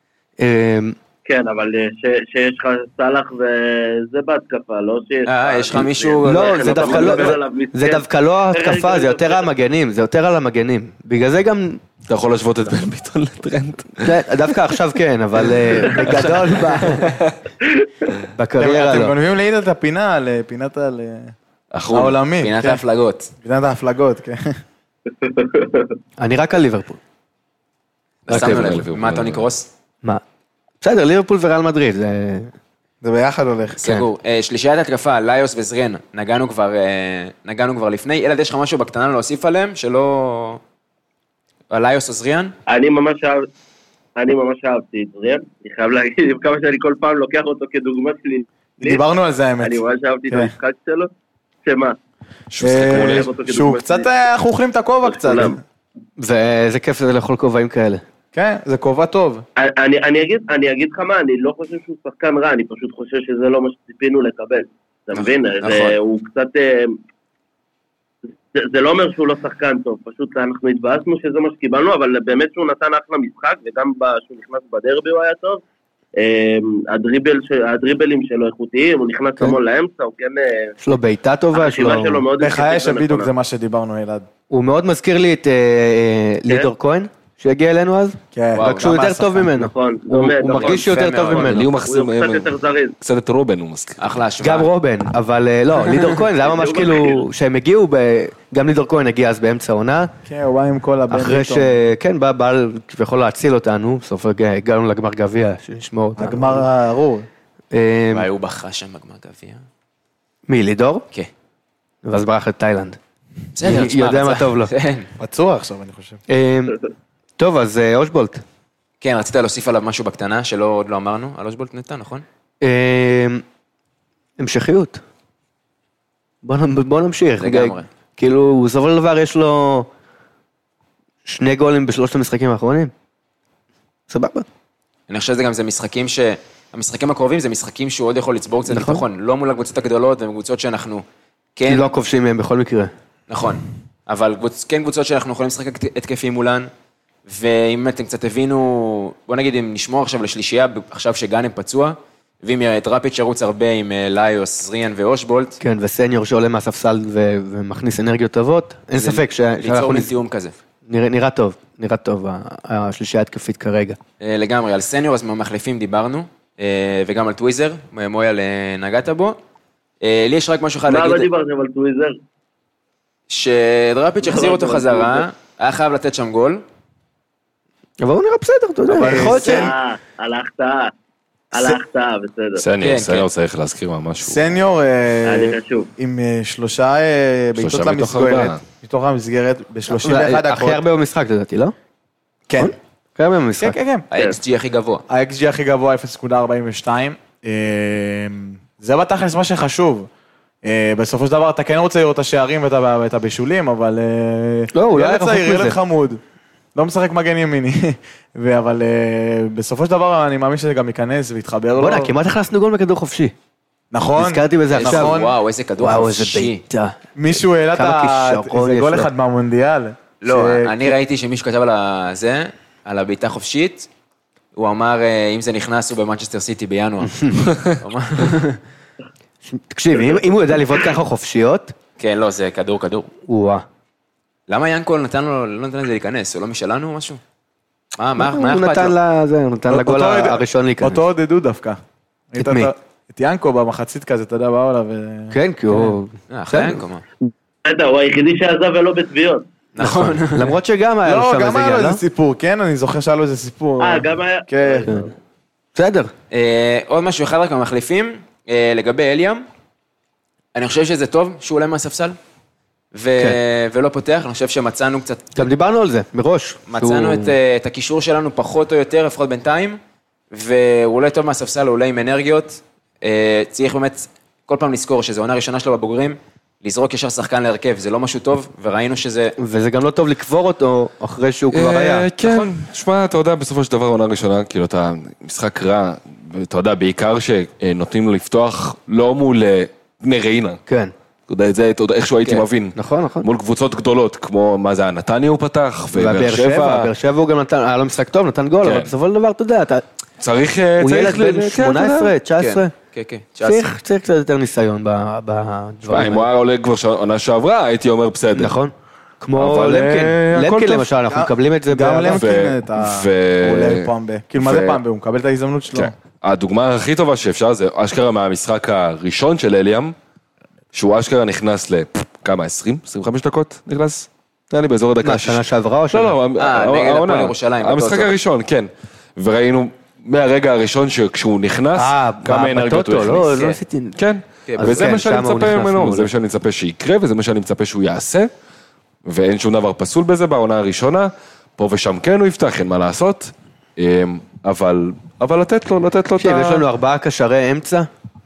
כן, אבל שיש לך סלאח וזה בהתקפה, לא שיש... אה, יש לך מישהו... לא, זה דווקא לא ההתקפה, זה יותר המגנים, זה יותר על המגנים. בגלל זה גם... אתה יכול להשוות את בן ביטון לטרנט. דווקא עכשיו כן, אבל בגדול בקריירה לא. אתם גונבים להעיד את הפינה, לפינת העולמי. פינת ההפלגות. פינת ההפלגות, כן. אני רק על ליברפול. מה טוני קרוס? מה? בסדר, ליברפול וריאל מדריד, זה ביחד הולך. סגור. שלישיית התקפה, ליוס וזרן, נגענו כבר, נגענו כבר לפני. ילד, יש לך משהו בקטנה להוסיף עליהם, שלא... ליוס או זריאן? אני ממש אהב... אני ממש אהבתי את זריאן. אני חייב להגיד, כמה שאני כל פעם לוקח אותו כדוגמה שלי. דיברנו על זה האמת. אני ממש אהבתי את המשחק שלו. שמה? שהוא קצת, אנחנו אוכלים את הכובע קצת. וזה כיף זה לאכול כובעים כאלה. כן, זה כובע טוב. אני, אני אגיד, אני אגיד לך מה, אני לא חושב שהוא שחקן רע, אני פשוט חושב שזה לא מה שציפינו לקבל. אתה מבין? זה, הוא קצת... זה, זה לא אומר שהוא לא שחקן טוב, פשוט אנחנו התבאסנו שזה מה שקיבלנו, אבל באמת שהוא נתן אחלה משחק, וגם כשהוא נכנס בדרבי הוא היה טוב. הדריבל, הדריבלים שלו איכותיים, הוא נכנס המון לאמצע, הוא כן... יש לו בעיטה טובה, יש לו... בחיי שבדיוק זה מה שדיברנו אלעד. הוא מאוד מזכיר לי את לידור כהן, שהגיע אלינו אז, רק שהוא יותר טוב ממנו. נכון, הוא מרגיש יותר טוב ממנו. הוא קצת יותר זריז. קצת את רובן הוא מזכיר. אחלה השוואה. גם רובן, אבל לא, לידור כהן, זה היה ממש כאילו, שהם הגיעו, גם לידור כהן הגיע אז באמצע העונה. כן, הוא בא עם כל הבן אחרי ש... כן, בא ויכול להציל אותנו, בסוף הגענו לגמר גביע, שנשמור אותנו. הגמר הארור. והיו בכה שם בגמר גביע. מי, לידור? כן. ואז ברח לתאילנד. בסדר, יודע מה טוב לו. פצוע עכשיו, אני חושב. טוב, אז אושבולט. כן, רצית להוסיף עליו משהו בקטנה, שלא עוד לא אמרנו, על אושבולט נתן, נכון? המשכיות. בוא נמשיך. לגמרי. כאילו, בסופו של דבר יש לו שני גולים בשלושת המשחקים האחרונים. סבבה. אני חושב שזה גם זה משחקים ש... המשחקים הקרובים זה משחקים שהוא עוד יכול לצבור קצת ביטחון, לא מול הקבוצות הגדולות, ומקבוצות שאנחנו כן... לא כובשים מהם בכל מקרה. נכון. אבל כן קבוצות שאנחנו יכולים לשחק התקפים מולן, ואם אתם קצת תבינו, בוא נגיד אם נשמור עכשיו לשלישייה, עכשיו שגאנם פצוע, ואם דראפיץ' ירוץ הרבה עם ליוס, זריאן ואושבולט. כן, וסניור שעולה מהספסל ומכניס אנרגיות טובות, אין ספק ליצור לי תיאום כזה. נראה טוב. נראה טוב, השלישייה התקפית כרגע. אה, לגמרי, על סניור, אז מהמחליפים דיברנו, אה, וגם על טוויזר, מויאל נגעת בו. אה, לי יש רק משהו אחד מה להגיד. לא דיברתם על טוויזר? שדראפיץ' החזיר אותו חזרה, היה חייב לתת שם גול. אבל הוא נראה בסדר, אתה יודע, יכול להיות ש... אה, על ההחטאה. על ההחטאה, בסדר. סניור, כן, סניור כן. צריך להזכיר מה משהו. סניור אה, היה לי חשוב. עם אה, שלושה אה, שלושה בעיטות מתוך למסגרת, ארבעה. מתוך המסגרת, ב-שלושים ואחת דקות. הכי הרבה במשחק, לדעתי, לא? כן, הכי הרבה כן, במשחק. כן, כן. ה-אקס ג'י הכי גבוה. ה-אקס ג'י הכי גבוה, אפס נקודה ארבעים ושתיים. אה, זה בתכלס מה שחשוב. אה, בסופו של דבר אתה כן רוצה לראות את השערים ואת ה- ואת הבישולים, אבל... אה, לא, הוא לא ילד רחוק צעיר, מזה. ילד חמוד. לא משחק מגן ימיני. ו- אבל אה, בסופו של דבר אני מאמין שזה גם ייכנס ויתחבר לו. בוא'נה, כמעט הכנסנו גול בכדור חופשי. נכון. נזכרתי בזה איזה- עכשיו. וואו, איזה כדור וואו, איזה חופשי. בעיטה. מישהו העלה את כמה ה... כישרון איזה יש גול לו. אחד מהמונדיאל. לא, ש- אני ראיתי שמישהו כתב על זה, על הבעיטה חופשית, הוא אמר, אה, אם זה נכנס, הוא במנצ'סטר סיטי בינואר. הוא אמר- תקשיב, אם אם הוא יודע לבעוט ככה חופשיות, כן, לא, זה כדור כדור. וואה. למה ינקול נתן לו, לא נתן לזה להיכנס? הוא לא משלנו או משהו? מה, מה, מה הוא אכפת נתן לו? לזה, הוא נתן לגול אותו עד- הראשון להיכנס. אותו עודדו דווקא. ראית מי? את ינקו במחצית כזה, אתה יודע, באו אליו. ו- כן, כי הוא... אה, אחרי בסדר. ינקול, מה? בסדר, הוא היחידי שעזב ולא בתביעות. נכון. למרות שגם היה לו לא, שם גם איזה היה לו גל, לא? איזה סיפור, כן? אני זוכר שהיה לו איזה סיפור. אה, גם היה... כן. בסדר. אה, עוד משהו אחד רק המחליפים, אה, לגבי אליאם, אני חושב שזה טוב שהוא עולה מהספסל, ו- ולא פותח, אני חושב שמצאנו קצת, גם דיברנו על זה, מראש. מצאנו שהוא- את, אה, את הקישור שלנו פחות או יותר, לפחות בינתיים, והוא עולה טוב מהספסל, הוא עולה עם אנרגיות, אה, צריך באמת כל פעם לזכור שזו עונה ראשונה שלו בבוגרים, לזרוק ישר שחקן להרכב, זה לא משהו טוב, וראינו שזה... וזה גם לא טוב לקבור אותו אחרי שהוא כבר אה, היה. כן, שמע, אתה יודע, בסופו של דבר, עונה ראשונה, כאילו, אתה משחק רע, ואתה יודע, בעיקר שנותנים לו לפתוח לא מול אה, בני ריינה. כן. אתה יודע, את זה, אתה יודע, איכשהו הייתי כן. מבין. נכון, נכון. מול קבוצות גדולות, כמו, מה זה, היה, נתניה הוא פתח, ובאר והבאר שבע, שבע. באר שבע הוא גם נתן, היה לו משחק טוב, נתן גול, כן. אבל בסופו של דבר, אתה יודע, אתה- צריך, אה, הוא צריך... ילד ל- בן כן, שמונה אתה יודע. עשרה, תשע עשרה. כן, כן, תשע עשרה. צריך צריך קצת יותר ניסיון ב- תשמע, בדברים אם הוא האלה. היה עולה כבר עונה שעברה, הייתי אומר בסדר. נכון. כמו אבל, למקין, אה, הכל למקין טוב. למשל, אנחנו גם- מקבלים את זה גם באהבה. למקין ו- את ה... ו- הוא עולה פעם ב... כאילו, מה זה ו- פעם ב? הוא מקבל את ההזדמנות שלו. כן. הדוגמה הכי טובה שאפשר זה אשכרה מהמשחק הראשון של אליאם, שהוא אשכרה נכנס לכמה, עשרים? עשרים וחמש דקות נכנס? נראה לי באזור הדקה. מה, שנה שעברה או שנה? לא, לא, אה, ה- נגד העונה. הפועל ירושלים, המשחק בטוטו. הראשון, כן. וראינו מהרגע הראשון שכשהוא נכנס, אה, כמה אנרגיות הוא בטוטו, לא, הכניס. לא עשיתי... כן. כן, אז וזה כן, מה שאני שמה הוא מצפה נכנס ממנו, מעולה. זה מה שאני מצפה שיקרה, וזה מה שאני מצפה שהוא יעשה, ואין שום דבר פסול בזה בעונה הראשונה, פה ושם כן הוא יפתח, אין מה לעשות, אמ, אבל, אבל לתת לו, לתת לו את תקשיב, ה... יש לנו ארבעה קשרי אמצע,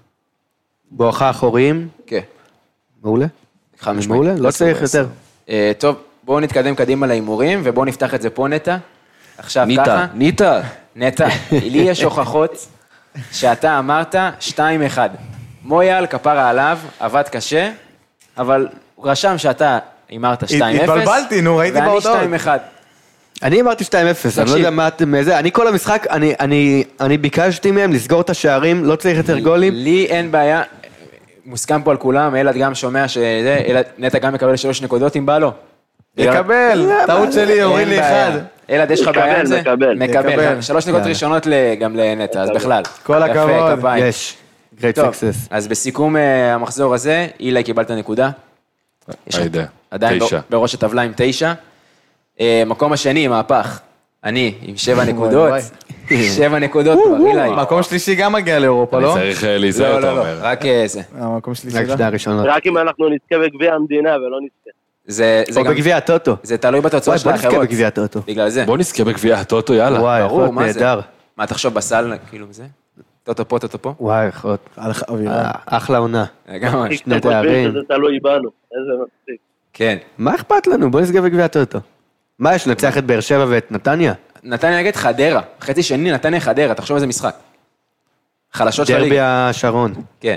בואכה אחוריים, כן. מעולה. חד משמעית. מעולה, לא צריך יותר. אה, טוב, בואו נתקדם קדימה להימורים, ובואו נפתח את זה פה נטע. עכשיו ניטה, ככה, ניטה. נטע, לי יש הוכחות שאתה אמרת שתיים אחד. מויאל, כפרה עליו, עבד קשה, אבל הוא רשם שאתה הימרת שתיים אפס. התבלבלתי, נו, ראיתי ואני בהודעות. שתיים אחד. אני אמרתי שתיים אפס, אני לא תקשיב. יודע מה אתם... זה, אני כל המשחק, אני- אני אני ביקשתי מהם לסגור את השערים, לא צריך יותר גולים. לי אין בעיה, מוסכם פה על כולם, אלעד גם שומע שזה, אלעד, נטע גם מקבל שלוש נקודות אם בא לו. יקבל, טעות שלי, אין הוריד לי בעיה. אחד. אלעד, יש לך מקבל, בעיה עם זה? מקבל. מקבל. יקבל. שלוש נקודות ראשונות ל- גם לנטע, אז בכלל. כל יפה, הכבוד. כפיים. יש, גרייט טוב, סקסס. אז בסיכום אה, המחזור הזה, אילי קיבלת נקודה. יש לך- היידה, עדיין תשע. ב- בראש הטבלה עם תשע. אה, מקום השני, מהפך. אני עם שבע נקודות. שבע נקודות כבר, אילי. מקום שלישי גם מגיע לאירופה, אני לא? צריך אה, להיזהר, לא, אתה לא, לא, אומר. רק אה, זה. המקום שלישי רק גם. שתי הראשונות. רק אם אנחנו נזכה בגביע המדינה ולא נזכה. זה זה או גם, בגביע הטוטו. זה תלוי בתוצאות וואי, של בוא נזכה האחרות. בגביע הטוטו. בגלל זה. בוא נזכה בגביע הטוטו, יאללה. וואי, יכול ברור, להיות מה זה? נהדר. מה, תחשוב בסל, כאילו זה? טוטו פה, טוטו פה? וואי, יכול להיות. הלך אווירה. אה, אחלה עונה. לגמרי. כי שני אתם חושבים תארים. שזה תלוי בנו. איזה מצחיק. כן. מה אכפת לנו? בוא נסגר בגביע הטוטו. מה, יש לנצח את באר שבע ואת נתניה? נתניה נגד חדרה. חצי שני נתניה חדרה, תחשוב איזה משחק. חלשות של דרבי הליגה. השרון. כן.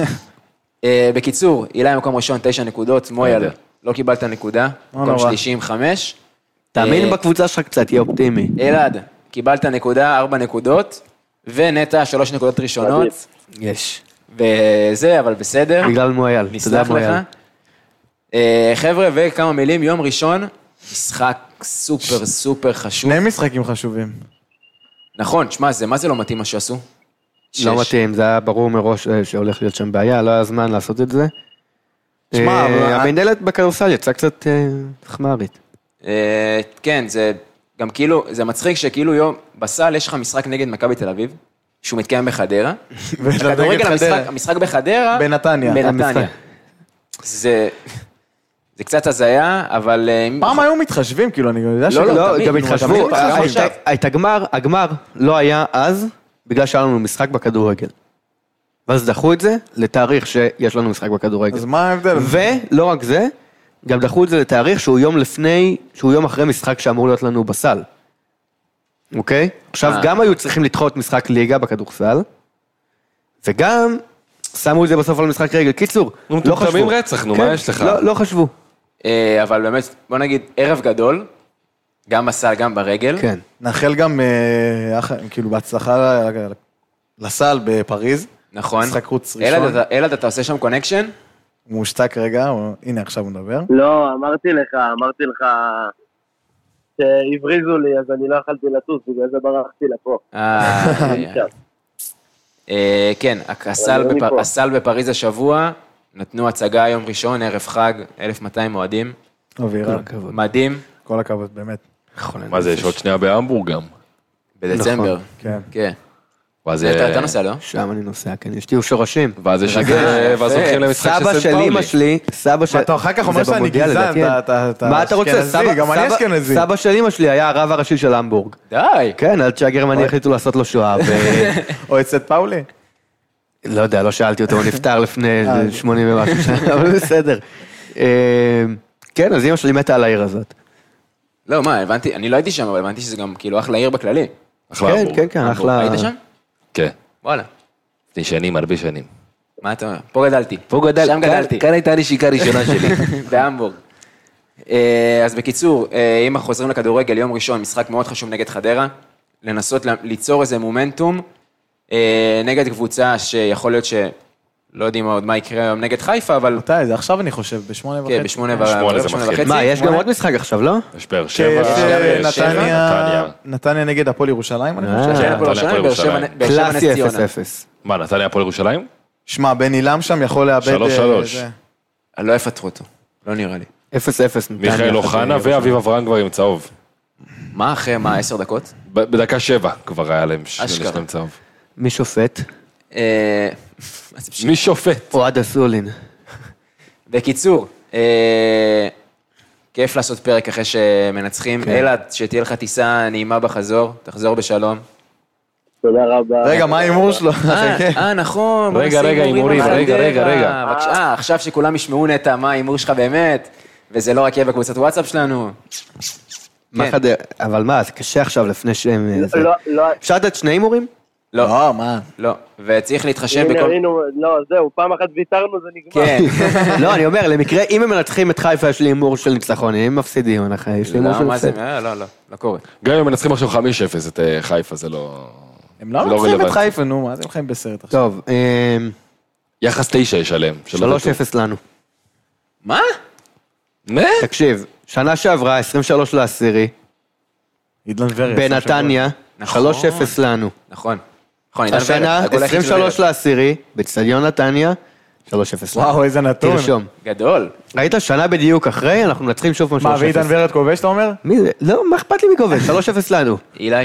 אה, בקיצור, אילי מקום ראשון, תשע נקודות, מויאל, בסדר. לא קיבלת נקודה. לא מקום נורא. שלישי עם חמש. תאמין אה, בקבוצה שלך קצת, תהיה אופטימי. אלעד, קיבלת נקודה, ארבע נקודות, ונטע, שלוש נקודות ראשונות, יש. וזה, אבל בסדר. בגלל מויאל. תודה נסלח לך. מויאל. אה, חבר'ה, וכמה מילים, יום ראשון, משחק סופר סופר חשוב. שני משחקים חשובים. נכון, תשמע, זה, מה זה לא מתאים מה שעשו? לא שש. מתאים, זה היה ברור מראש שהולך להיות שם בעיה, לא היה זמן לעשות את זה. תשמע, אה, אבל- המנהלת בכדורסל יצאה קצת אה, חמרית. אה, כן, זה גם כאילו, זה מצחיק שכאילו יום, בסל יש לך משחק נגד מכבי תל אביב, שהוא מתקיים בחדרה. בכדורגל המשחק, המשחק בחדרה. בנתניה. בנתניה. המשחק. זה, זה קצת הזיה, אבל... אה, פעם היו מתחשבים, כאילו, אני יודע לא, לא, תמיד, גם נו, התחשבו, תמיד מתחשבים. הייתה- את הגמר, הגמר לא היה אז, בגלל שהיה לנו משחק בכדורגל. ואז דחו את זה לתאריך שיש לנו משחק בכדורגל. אז מה ההבדל? ולא רק זה, גם דחו את זה לתאריך שהוא יום לפני, שהוא יום אחרי משחק שאמור להיות לנו בסל. אוקיי? עכשיו, אה. גם היו צריכים לדחות משחק ליגה בכדורסל, וגם שמו את זה בסוף על משחק רגל. קיצור, נו, לא מטומטמים חשבו. רצח, נו, כן, מה יש לך? לא, לא חשבו. אה, אבל באמת, בוא נגיד, ערב גדול, גם בסל, גם ברגל. כן. נאחל גם, אה, אח- כאילו, בהצלחה ל- לסל בפריז. נכון. משחק חוץ אלעד, ראשון. אתה- אלעד, אתה עושה שם קונקשן? הוא מושתק רגע, הוא- הנה עכשיו הוא מדבר. לא, אמרתי לך, אמרתי לך שהבריזו לי, אז אני לא יכלתי לטוס, בגלל זה ברחתי לפה. אה, עכשיו. אה, כן, הסל אבל אני בפ- פה. הסל בפריז השבוע, נתנו הצגה יום ראשון, ערב חג, אלף מאתיים אוהדים, אווירה. כל הכבוד. מדהים, כל הכבוד, באמת. מה זה, יש עוד שנייה בהמבורג גם. בדצמבר. כן. כן. ואז אתה אתה נוסע, לא? שם אני נוסע, כן, יש לי שורשים. ואז יש ואז הולכים למשחק של סבא סנט של פאולי. אמא שלי, סבא של... אתה אחר כך אומר זה שאני במונדיאל, גזען, לדעתי. אתה- אתה- אתה מה אתה רוצה? אשכנזי, סבא- גם אני סבא- אשכנזי. סבא של אמא שלי היה הרב הראשי של המבורג. די. כן, עד שהגרמני החליטו לעשות לו שואה, ו... או אצל פאולי? לא יודע, לא שאלתי אותו, הוא נפטר לפני שמונים ומשהו שנה, אבל בסדר. אה, כן, אז אמא שלי מתה על העיר הזאת. לא, מה, הבנתי, אני לא הייתי שם, אבל הבנתי שזה גם כאילו אחלה עיר בכללי. אחלה כן, המבורג. כן, כן, אחלה... היית שם? כן. וואלה. לפני שנים, הרבה שנים. מה אתה אומר? פה גדלתי. פה גדל, שם גדלתי. כאן הייתה הנשיקה הראשונה שלי. בהמבורג. אה, אז בקיצור, אה, אם אנחנו חוזרים לכדורגל, יום ראשון, משחק מאוד חשוב נגד חדרה, לנסות ל- ליצור איזה מומנטום, אה, נגד קבוצה שיכול להיות שלא יודעים עוד מה יקרה היום נגד חיפה, אבל מתי? זה עכשיו אני חושב, בשמונה וחצי. כן, בשמונה שמונה זה ושמונה מתחיל. וחצי. מה, יש גם עוד משחק עכשיו, לא? יש באר שיש שבע, אה, באר שבע, נתניה, נתניה. נתניה נגד הפועל ירושלים, אני אה. חושב. כן, הפועל נתניה, ירושלים, באר שבע- ירושלים. באר שבע נס קלאסי ציונה. אפס אפס. מה, נתניה הפועל ירושלים? שמע, בן אילם שם יכול לאבד... שלוש, אה, שלוש. זה. לא יפטרו אותו, לא נראה לי. אפס אפס. נתניה, מיכאל אוחנה אחרי ואביב אברהם כבר עם צהוב. מה אחרי, מה, עשר דקות? ב- בדקה שבע כבר היה להם ש- אשכרה. יש להם צהוב. מי שופט? אה, מה זה פשוט? מי שופט? אוהד אסולין. בקיצור, אה, כיף לעשות פרק אחרי שמנצחים. כן. אלעד, שתהיה לך טיסה נעימה בחזור, תחזור בשלום. תודה רבה. רגע, מה ההימור שלו? אה, אה, נכון. בוא רגע, נשים רגע, הימורים הימורים, על רגע, רגע, חדרה. רגע. בבקשה, אה, עכשיו שכולם ישמעו נטע, מה ההימור שלך באמת, וזה לא רק יהיה בקבוצת וואטסאפ שלנו. מה כן. חדרה? אבל מה, זה קשה עכשיו לפני שהם... זה- לא, לא, אפשר לתת שני הימורים? לא, לא, מה? לא, וצריך להתחשב הנה, בכל... הנה, לא, זהו, פעם אחת ויתרנו, זה נגמר. כן. לא, אני אומר, למקרה, אם הם מנצחים את חיפה, יש לי הימור של ניצחון, אם הם מפסידים, אנחנו- יש לי הימור לא, של מה זה, הפסד. אה, לא, לא, לא קורה. גם אם הם מנצחים עכשיו חמש אפס את אה, חיפה, זה לא... הם לא זה מנצחים את רלוונטי. חיפה, נו, מה אתם חיים בסרט עכשיו? טוב, אמ, יחס תשע יש עליהם. שלא שלוש תטעו. אפס לנו. מה? מה? תקשיב, שנה שעברה, עשרים ושלוש לעשירי, עידן ורד. בנתניה, נכון. שלוש אפס לנו. נכון. נכון, עידן ורד, השנה, הגול היחיד עשרים של ושלוש ורד. לעשירי, באצטדיון נתניה, שלוש אפס לנו. וואו, איזה נתון. תרשום. גדול. ראית שנה בדיוק אחרי, אנחנו מנצחים שוב פעם מה, שלוש אפס. ועידן ורד כובש, אתה אומר? מי זה? לא, מה אכפת לי מכובד? שלוש אפס לנו. אילי,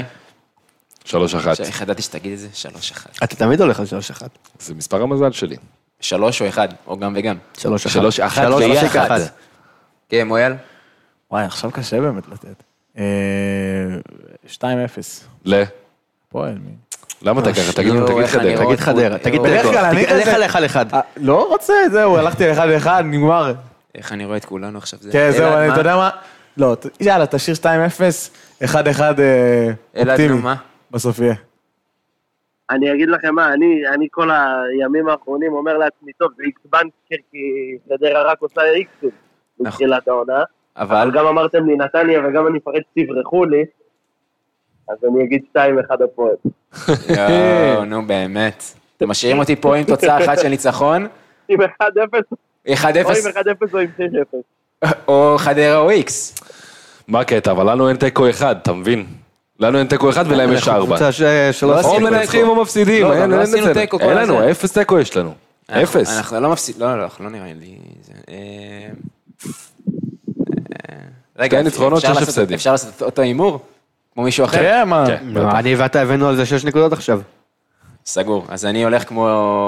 שלוש אחת. איך ידעתי שתגיד את זה? שלוש אחד. אתה תמיד הולך על שלוש אחת. זה מספר המזל שלי. שלוש או אחד, או גם וגם. שלוש אחת. שלוש אחת שלוש ביחד. אפס אחד. כן, מויאל? וואי, עכשיו קשה באמת לתת. אה, שתיים אפס. ל... פועל, מי? למה אתה ככה? תגיד יואו, תגיד איך אני חדרה. רואה תגיד חדרה, תגיד בדרך תיקו. כלל אני תגיד- לך כזה- לך לאחד. אה, לא רוצה, זהו, הלכתי לאחד לאחד, נגמר. איך אני רואה את כולנו עכשיו? זה- כן, זהו, אלעד, אני- מה? אתה יודע מה? לא, ת- יאללה, תשאיר שתיים אפס, אחד אחד אה, אלעד, אופטימי. נו, מה? בסוף יהיה. אני אגיד לכם מה, אני, אני כל הימים האחרונים אומר לעצמי, טוב, זה איקס בנקר, כי חדרה רק עושה איקסים בתחילת העונה. אבל... אבל גם אמרתם לי נתניה וגם אני אפרט תברחו לי, אז אני אגיד שתיים אחד הפועל. יואו, נו באמת. אתם משאירים אותי פה עם תוצאה אחת של ניצחון, עם אחד אפס, אחד או אפס, עם אחד אפס או עם שש אפס. או חדרה או איקס. מה הקטע? אבל לנו אין תיקו אחד, אתה מבין? לנו אין תיקו אחד ולהם יש ארבע. קבוצה שלא או מנצחים או מפסידים. לא, אין- גם לא אין עשינו אצלנו. תיקו כל אין הזה. לנו, אפס תיקו יש לנו. אנחנו- אפס. אנחנו לא מפסיד, לא, לא, אנחנו לא נראה לי. זה, אה, אה, רגע, שתי ניצחונות, אפשר שש לעשות- הפסדים. אפשר לעשות אותו הימור? כמו מישהו אחר? כן, מה? כן, בטח. אני ואתה הבאנו על זה שש נקודות עכשיו. סגור. אז אני הולך כמו...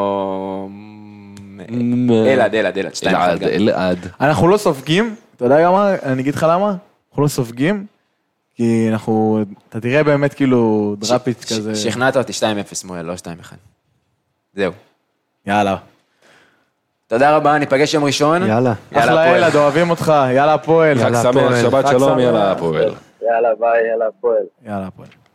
אלעד, אלעד, אלעד, שתיים אחת אלעד, גם. אלעד. אנחנו לא סופגים, אתה יודע גם מה, אני אגיד לך למה? אנחנו לא סופגים, כי אנחנו, אתה תראה באמת כאילו דראפיץ' ש- כזה. שכנעת אותי שתיים אפס מואל, לא שתיים אחד. זהו. יאללה. תודה רבה, ניפגש יום ראשון. יאללה. יאללה, אחלה הפועל. ילד, אוהבים אותך, יאללה הפועל. חג יאללה, שמח, הפועל. שבת חג שלום, שמח. יאללה הפועל. יאללה, ביי, יאללה, הפועל. יאללה הפועל.